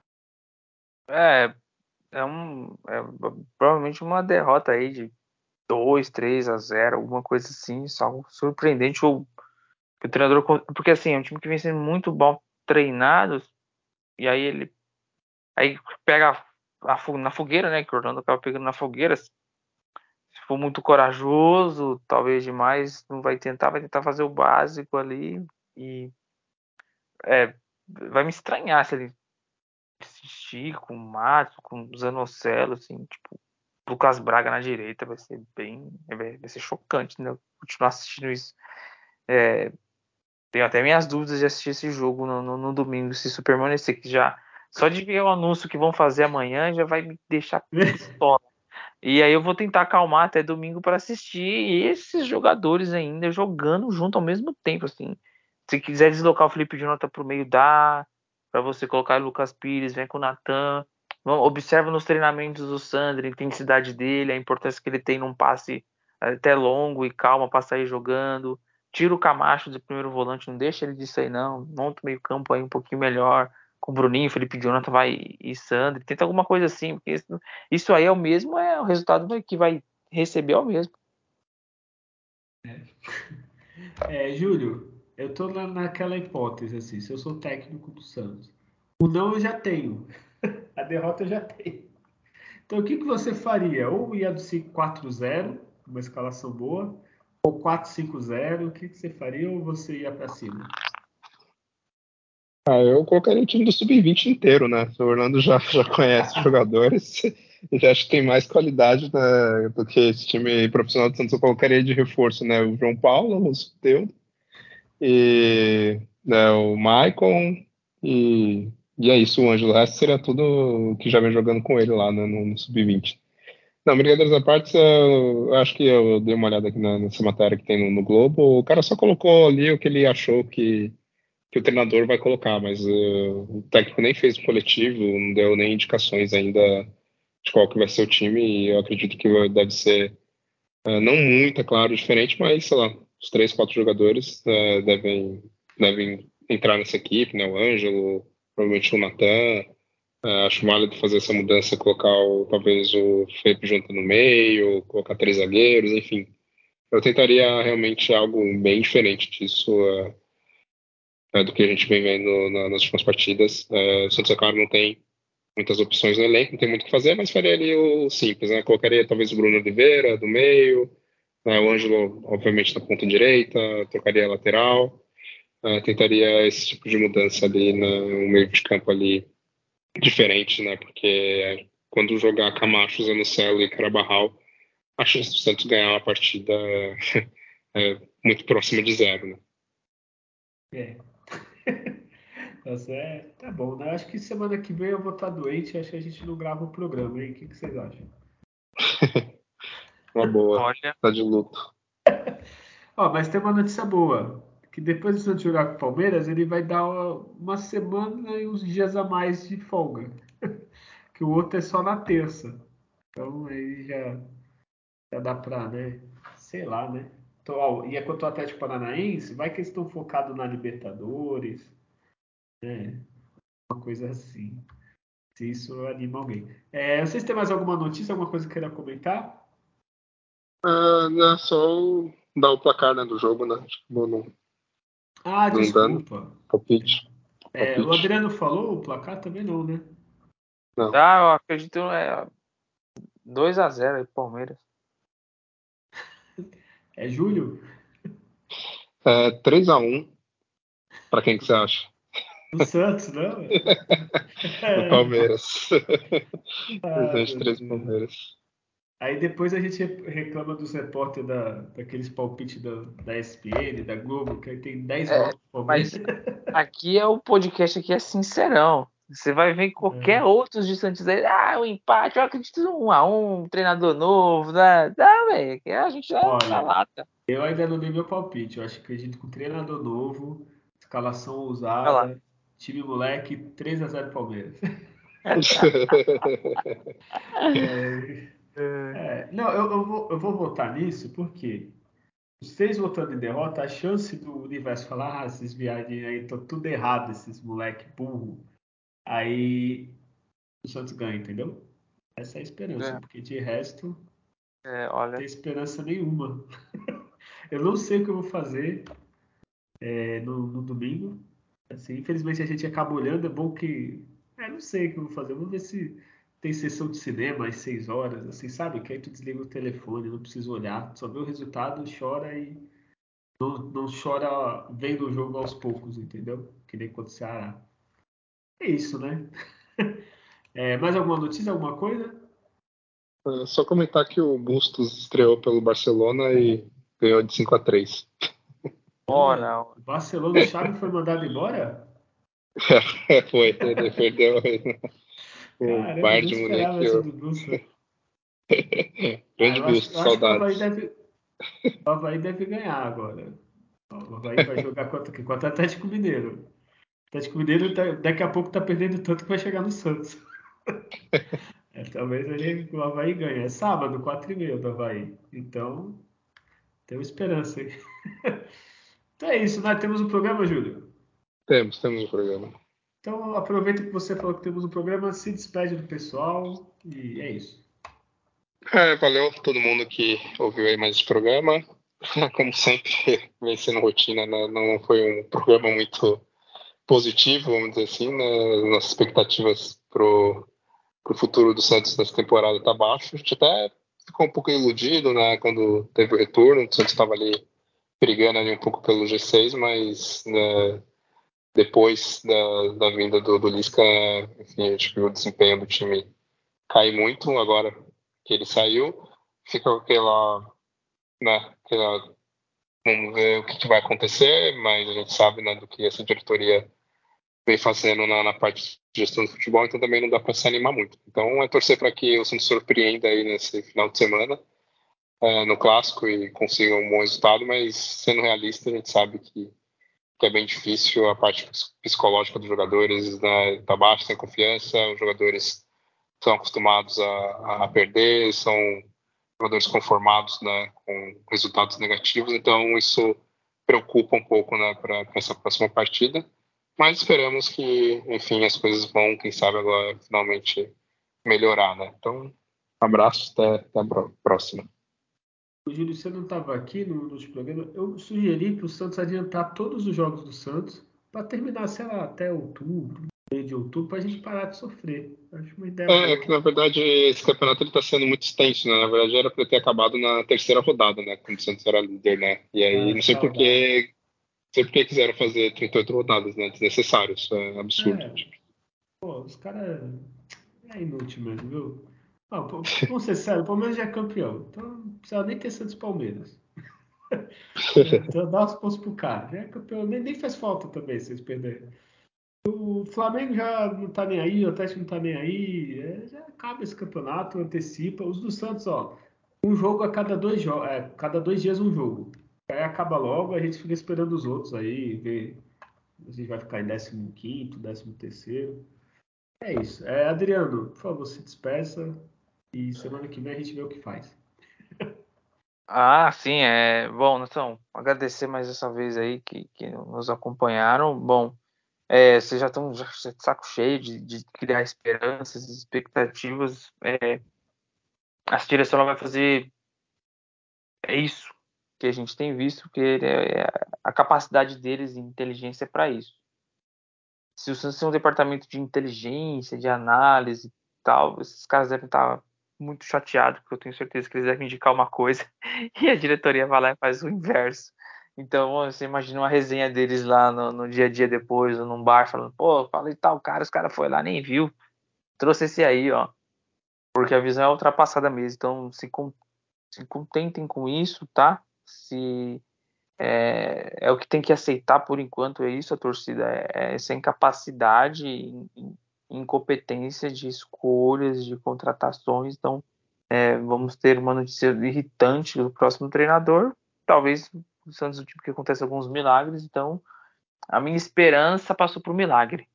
É, é um. É provavelmente uma derrota aí de dois três a zero, alguma coisa assim, só surpreendente. O, o treinador. Porque assim, é um time que vem sendo muito bom treinado, e aí ele. Aí pega a, a, na fogueira, né? Que o Orlando acaba pegando na fogueira. Se for muito corajoso, talvez demais, não vai tentar, vai tentar fazer o básico ali. E é, vai me estranhar se ele insistir com o Matos, com o Zanocelo, assim, tipo, Lucas Braga na direita, vai ser bem. Vai, vai ser chocante, né? Continuar assistindo isso. É, tenho até minhas dúvidas de assistir esse jogo no, no, no domingo, se isso permanecer, que já. Só de ver o anúncio que vão fazer amanhã já vai me deixar pistola. E aí eu vou tentar acalmar até domingo para assistir esses jogadores ainda jogando junto ao mesmo tempo, assim. Se quiser deslocar o Felipe Jonathan pro meio, dá. Para você colocar o Lucas Pires, vem com o Natan. Observa nos treinamentos do Sandro a intensidade dele, a importância que ele tem num passe até longo e calma para sair jogando. Tira o Camacho do primeiro volante, não deixa ele disso aí não. Monta o meio campo aí um pouquinho melhor. Com o Bruninho, Felipe Jonathan vai e Sandro. Tenta alguma coisa assim, porque isso, isso aí é o mesmo, é o resultado que vai receber é o mesmo. É, Júlio, eu tô na, naquela hipótese, assim, se eu sou técnico do Santos. O não eu já tenho. A derrota eu já tenho. Então, o que que você faria? Ou ia do cinco quatro zero, uma escalação boa, ou quatro cinco zero, o que que você faria? Ou você ia para cima? Ah, eu colocaria o time do sub vinte inteiro, né? O Orlando já, já conhece os jogadores e já acho que tem mais qualidade, né, do que esse time profissional do Santos. Eu colocaria de reforço, né? O João Paulo, o Soteldo, e né, o Maicon e, e é isso, o Ângelo. O resto seria tudo que já vem jogando com ele lá, né, no, no sub vinte. Não, brincadeiras à parte, eu acho que eu dei uma olhada aqui na- nessa matéria que tem no, no Globo. O cara só colocou ali o que ele achou que, que o treinador vai colocar, mas uh, o técnico nem fez o coletivo, não deu nem indicações ainda de qual que vai ser o time, e eu acredito que deve ser, uh, não muito, é claro, diferente, mas, sei lá, os três, quatro jogadores uh, devem, devem entrar nessa equipe, né? O Ângelo, provavelmente o Natan. É, acho válido fazer essa mudança, colocar o, talvez o Felipe junto no meio, colocar três zagueiros, enfim. Eu tentaria realmente algo bem diferente disso, é, é, do que a gente vem vendo na, nas últimas partidas. É, o Santos, é claro, não tem muitas opções no elenco, não tem muito o que fazer, mas faria ali o simples, né? Colocaria talvez o Bruno Oliveira do meio, né? O Ângelo, obviamente, na ponta direita, trocaria a lateral, é, tentaria esse tipo de mudança ali no meio de campo ali diferente, né? Porque quando jogar Camacho, Zanocelo e Carabarral, a chance do Santos ganhar uma partida é, é muito próxima de zero, né? É. Tá, é, tá bom, né? Acho que semana que vem eu vou estar doente, acho que a gente não grava o programa, hein? O que que vocês acham? Uma boa. Olha, Tá de luto. Ó, mas tem uma notícia boa, que depois do Santos jogar com o Palmeiras, ele vai dar uma, uma semana e uns dias a mais de folga, que o outro é só na terça. Então aí já, já dá pra, né? Sei lá, né? Então, ó, e é quanto ao Atlético Paranaense, vai que eles estão focados na Libertadores, né? Uma coisa assim. Se isso anima alguém. É, vocês têm mais alguma notícia, alguma coisa que queira comentar? Ah, não, só o dar o placar, né, do jogo, né? Acho que não, Ah, não dando desculpa. palpite. É, o palpite. Adriano falou, o placar também não, né? Não. Ah, eu acredito é dois a zero aí, Palmeiras. É Júlio? É, três a um. Pra quem que você acha? Do Santos, não? Do Palmeiras. Ah, Presente meu três Deus. Palmeiras. Aí depois a gente reclama dos repórteres da, daqueles palpites da, da E S P N, da Globo, que aí tem dez É, votos pro Palmeiras. mas aqui é o podcast aqui é sincerão. Você vai ver qualquer outros de Santos aí, ah, o empate, eu acredito no um a um, treinador novo, né? Dá, velho, aqui a gente é na Olha, lata. eu ainda não dei meu palpite. Eu acho que acredito com treinador novo, escalação Olha lá. ousada, time moleque, três a zero Palmeiras. É, não, eu, eu, vou, eu vou votar nisso porque os três votando em derrota, a chance do universo falar, ah, esses viagens aí estão tudo errado, esses moleque burro. Aí o Santos ganha, entendeu? Essa é a esperança, É, porque de resto, não é, tem olha, esperança nenhuma. Eu não sei o que eu vou fazer é, no, no domingo. Assim, infelizmente a gente acaba olhando, é bom que. É, não sei o que eu vou fazer. Vamos ver se tem sessão de cinema às seis horas, assim, sabe? Que aí tu desliga o telefone, não precisa olhar, só vê o resultado, chora e não, não chora vendo o jogo aos poucos, entendeu? Que nem contra o Ceará. É isso, né? É, mais alguma notícia, alguma coisa? É só comentar que o Bustos estreou pelo Barcelona e ganhou de cinco a três. ora, Olha, o Barcelona, o Xavi foi mandado embora? Foi, ele perdeu o Caramba, eu Bayern nem de esperava Munique. essa O... do Brewster. Ah, Grande eu acho, eu Bustos, acho que o Avaí saudades. deve, o Avaí deve ganhar agora. O Avaí vai jogar contra, quem? Contra o Atlético Mineiro. O Atlético Mineiro tá- daqui a pouco tá perdendo tanto que vai chegar no Santos. É, talvez ele, o Avaí ganhe. É sábado, quatro e meia do Avaí. Então, temos esperança aí. Então é isso, nós temos um programa, Júlio. Temos, temos um programa. Então aproveita que você falou que temos um programa, se despede do pessoal e é isso. É, valeu todo mundo que ouviu aí mais esse programa. Como sempre, vem sendo rotina, né? Não foi um programa muito positivo, vamos dizer assim, né? As nossas expectativas pro, pro futuro do Santos nessa temporada tá baixo. A gente até ficou um pouco iludido, né? Quando teve o retorno, o Santos estava ali brigando ali um pouco pelo G seis, mas né, depois da, da vinda do, do Lisca, enfim, a gente viu o desempenho do time cair muito. Agora que ele saiu, fica com aquela, né, aquela, vamos ver o que, que vai acontecer, mas a gente sabe, né, do que essa diretoria vem fazendo na, na parte de gestão do futebol, então também não dá para se animar muito. Então é torcer para que o Santos surpreenda aí nesse final de semana, é, no clássico, e consiga um bom resultado, mas sendo realista, a gente sabe que, que é bem difícil. A parte psicológica dos jogadores, né, tá baixa, sem confiança, os jogadores são acostumados a, a perder, são jogadores conformados, né, com resultados negativos, então isso preocupa um pouco, né, para essa próxima partida. Mas esperamos que, enfim, as coisas vão, quem sabe, agora finalmente melhorar, né? Então, um abraço, até, até a próxima. O Júlio, você não estava aqui no, no programa. Eu sugeri para o Santos adiantar todos os jogos do Santos para terminar, sei lá, até outubro, meio de outubro, para a gente parar de sofrer. Acho uma ideia É, é boa. que, na verdade, esse campeonato está sendo muito extenso, né? Na verdade, era para ter acabado na terceira rodada, né? Quando o Santos era líder, né? E aí, Ah, não que sei por saudade. que, não sei por que quiseram fazer trinta e oito rodadas, né? Desnecessário, isso é absurdo. É, pô, os caras é inútil mesmo, viu? Ah, pô, vamos ser sérios, o Palmeiras já é campeão. Então não precisa nem ter Santos e Palmeiras. Então dá os pontos pro cara. Já é campeão, nem, nem faz falta também se eles perderem. O Flamengo já não tá nem aí, o Atlético não tá nem aí. É, já acaba esse campeonato, antecipa. Os do Santos, ó, um jogo a cada dois, jo é, cada dois dias um jogo. Aí acaba logo, a gente fica esperando os outros aí, ver se a gente vai ficar em décimo quinto, décimo terceiro. É isso. É, Adriano, por favor, se despeça e semana que vem a gente vê o que faz. ah, sim, é bom, então, agradecer mais essa vez aí que, que nos acompanharam. Bom, é, vocês já estão já de saco cheio de, de criar esperanças, expectativas. É, essa direção ela vai fazer é isso. que a gente tem visto, que é a capacidade deles e inteligência para isso. Se o Santos tem um departamento de inteligência, de análise e tal, esses caras devem estar muito chateados, porque eu tenho certeza que eles devem indicar uma coisa e a diretoria vai lá e faz o inverso. Então, você imagina uma resenha deles lá no, no dia a dia depois, ou num bar, falando, pô, falei tal cara, os caras foi lá, nem viu. Trouxe esse aí, ó. Porque a visão é ultrapassada mesmo. Então, se, com, se contentem com isso, tá? Se é, é o que tem que aceitar por enquanto, é isso, a torcida. É, é sem capacidade e incompetência de escolhas, de contratações. Então, é, vamos ter uma notícia irritante do próximo treinador. Talvez o Santos é o tipo que acontece alguns milagres. Então, a minha esperança passou por milagre.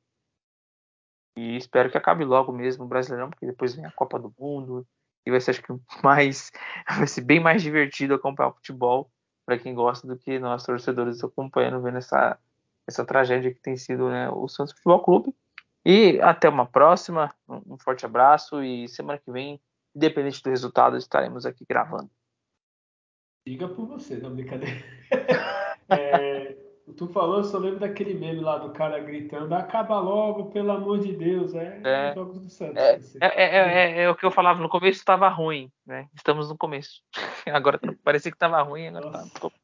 E espero que acabe logo mesmo o Brasileirão, porque depois vem a Copa do Mundo e vai ser, acho que, mais, vai ser bem mais divertido acompanhar o futebol para quem gosta do que nós torcedores acompanhando, vendo essa, essa tragédia que tem sido, né, o Santos Futebol Clube. E até uma próxima, um forte abraço e semana que vem, independente do resultado, estaremos aqui gravando. Diga por você, não, brincadeira. é, tu falou, eu só lembro daquele meme lá do cara gritando, acaba logo, pelo amor de Deus, é, é É, jogos do Santos. é, Assim. é, é, é, é o que eu falava no começo, estava ruim, né? Estamos no começo. Agora parecia que estava ruim, agora está no começo.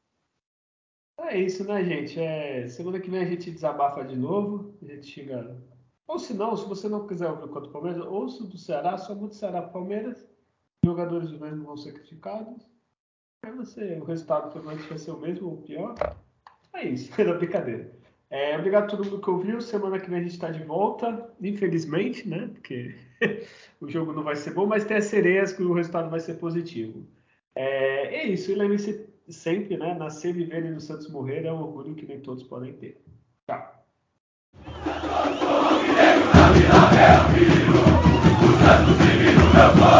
É isso, né, gente? É, semana que vem a gente desabafa de novo. A gente chega. Ou se não, se você não quiser ouvir contra o Palmeiras, ouça do Ceará, só muito Ceará Palmeiras. Jogadores mesmo vão ser criticados. Aí você, o resultado provavelmente vai ser o mesmo ou pior. É isso, era brincadeira. É, obrigado a todo mundo que ouviu. Semana que vem a gente está de volta. Infelizmente, né? Porque o jogo não vai ser bom, mas tem as sereias que o resultado vai ser positivo. É, é isso. E lembre-se sempre, né? Nascer, viver e no Santos morrer é um orgulho que nem todos podem ter. Tchau. Santos,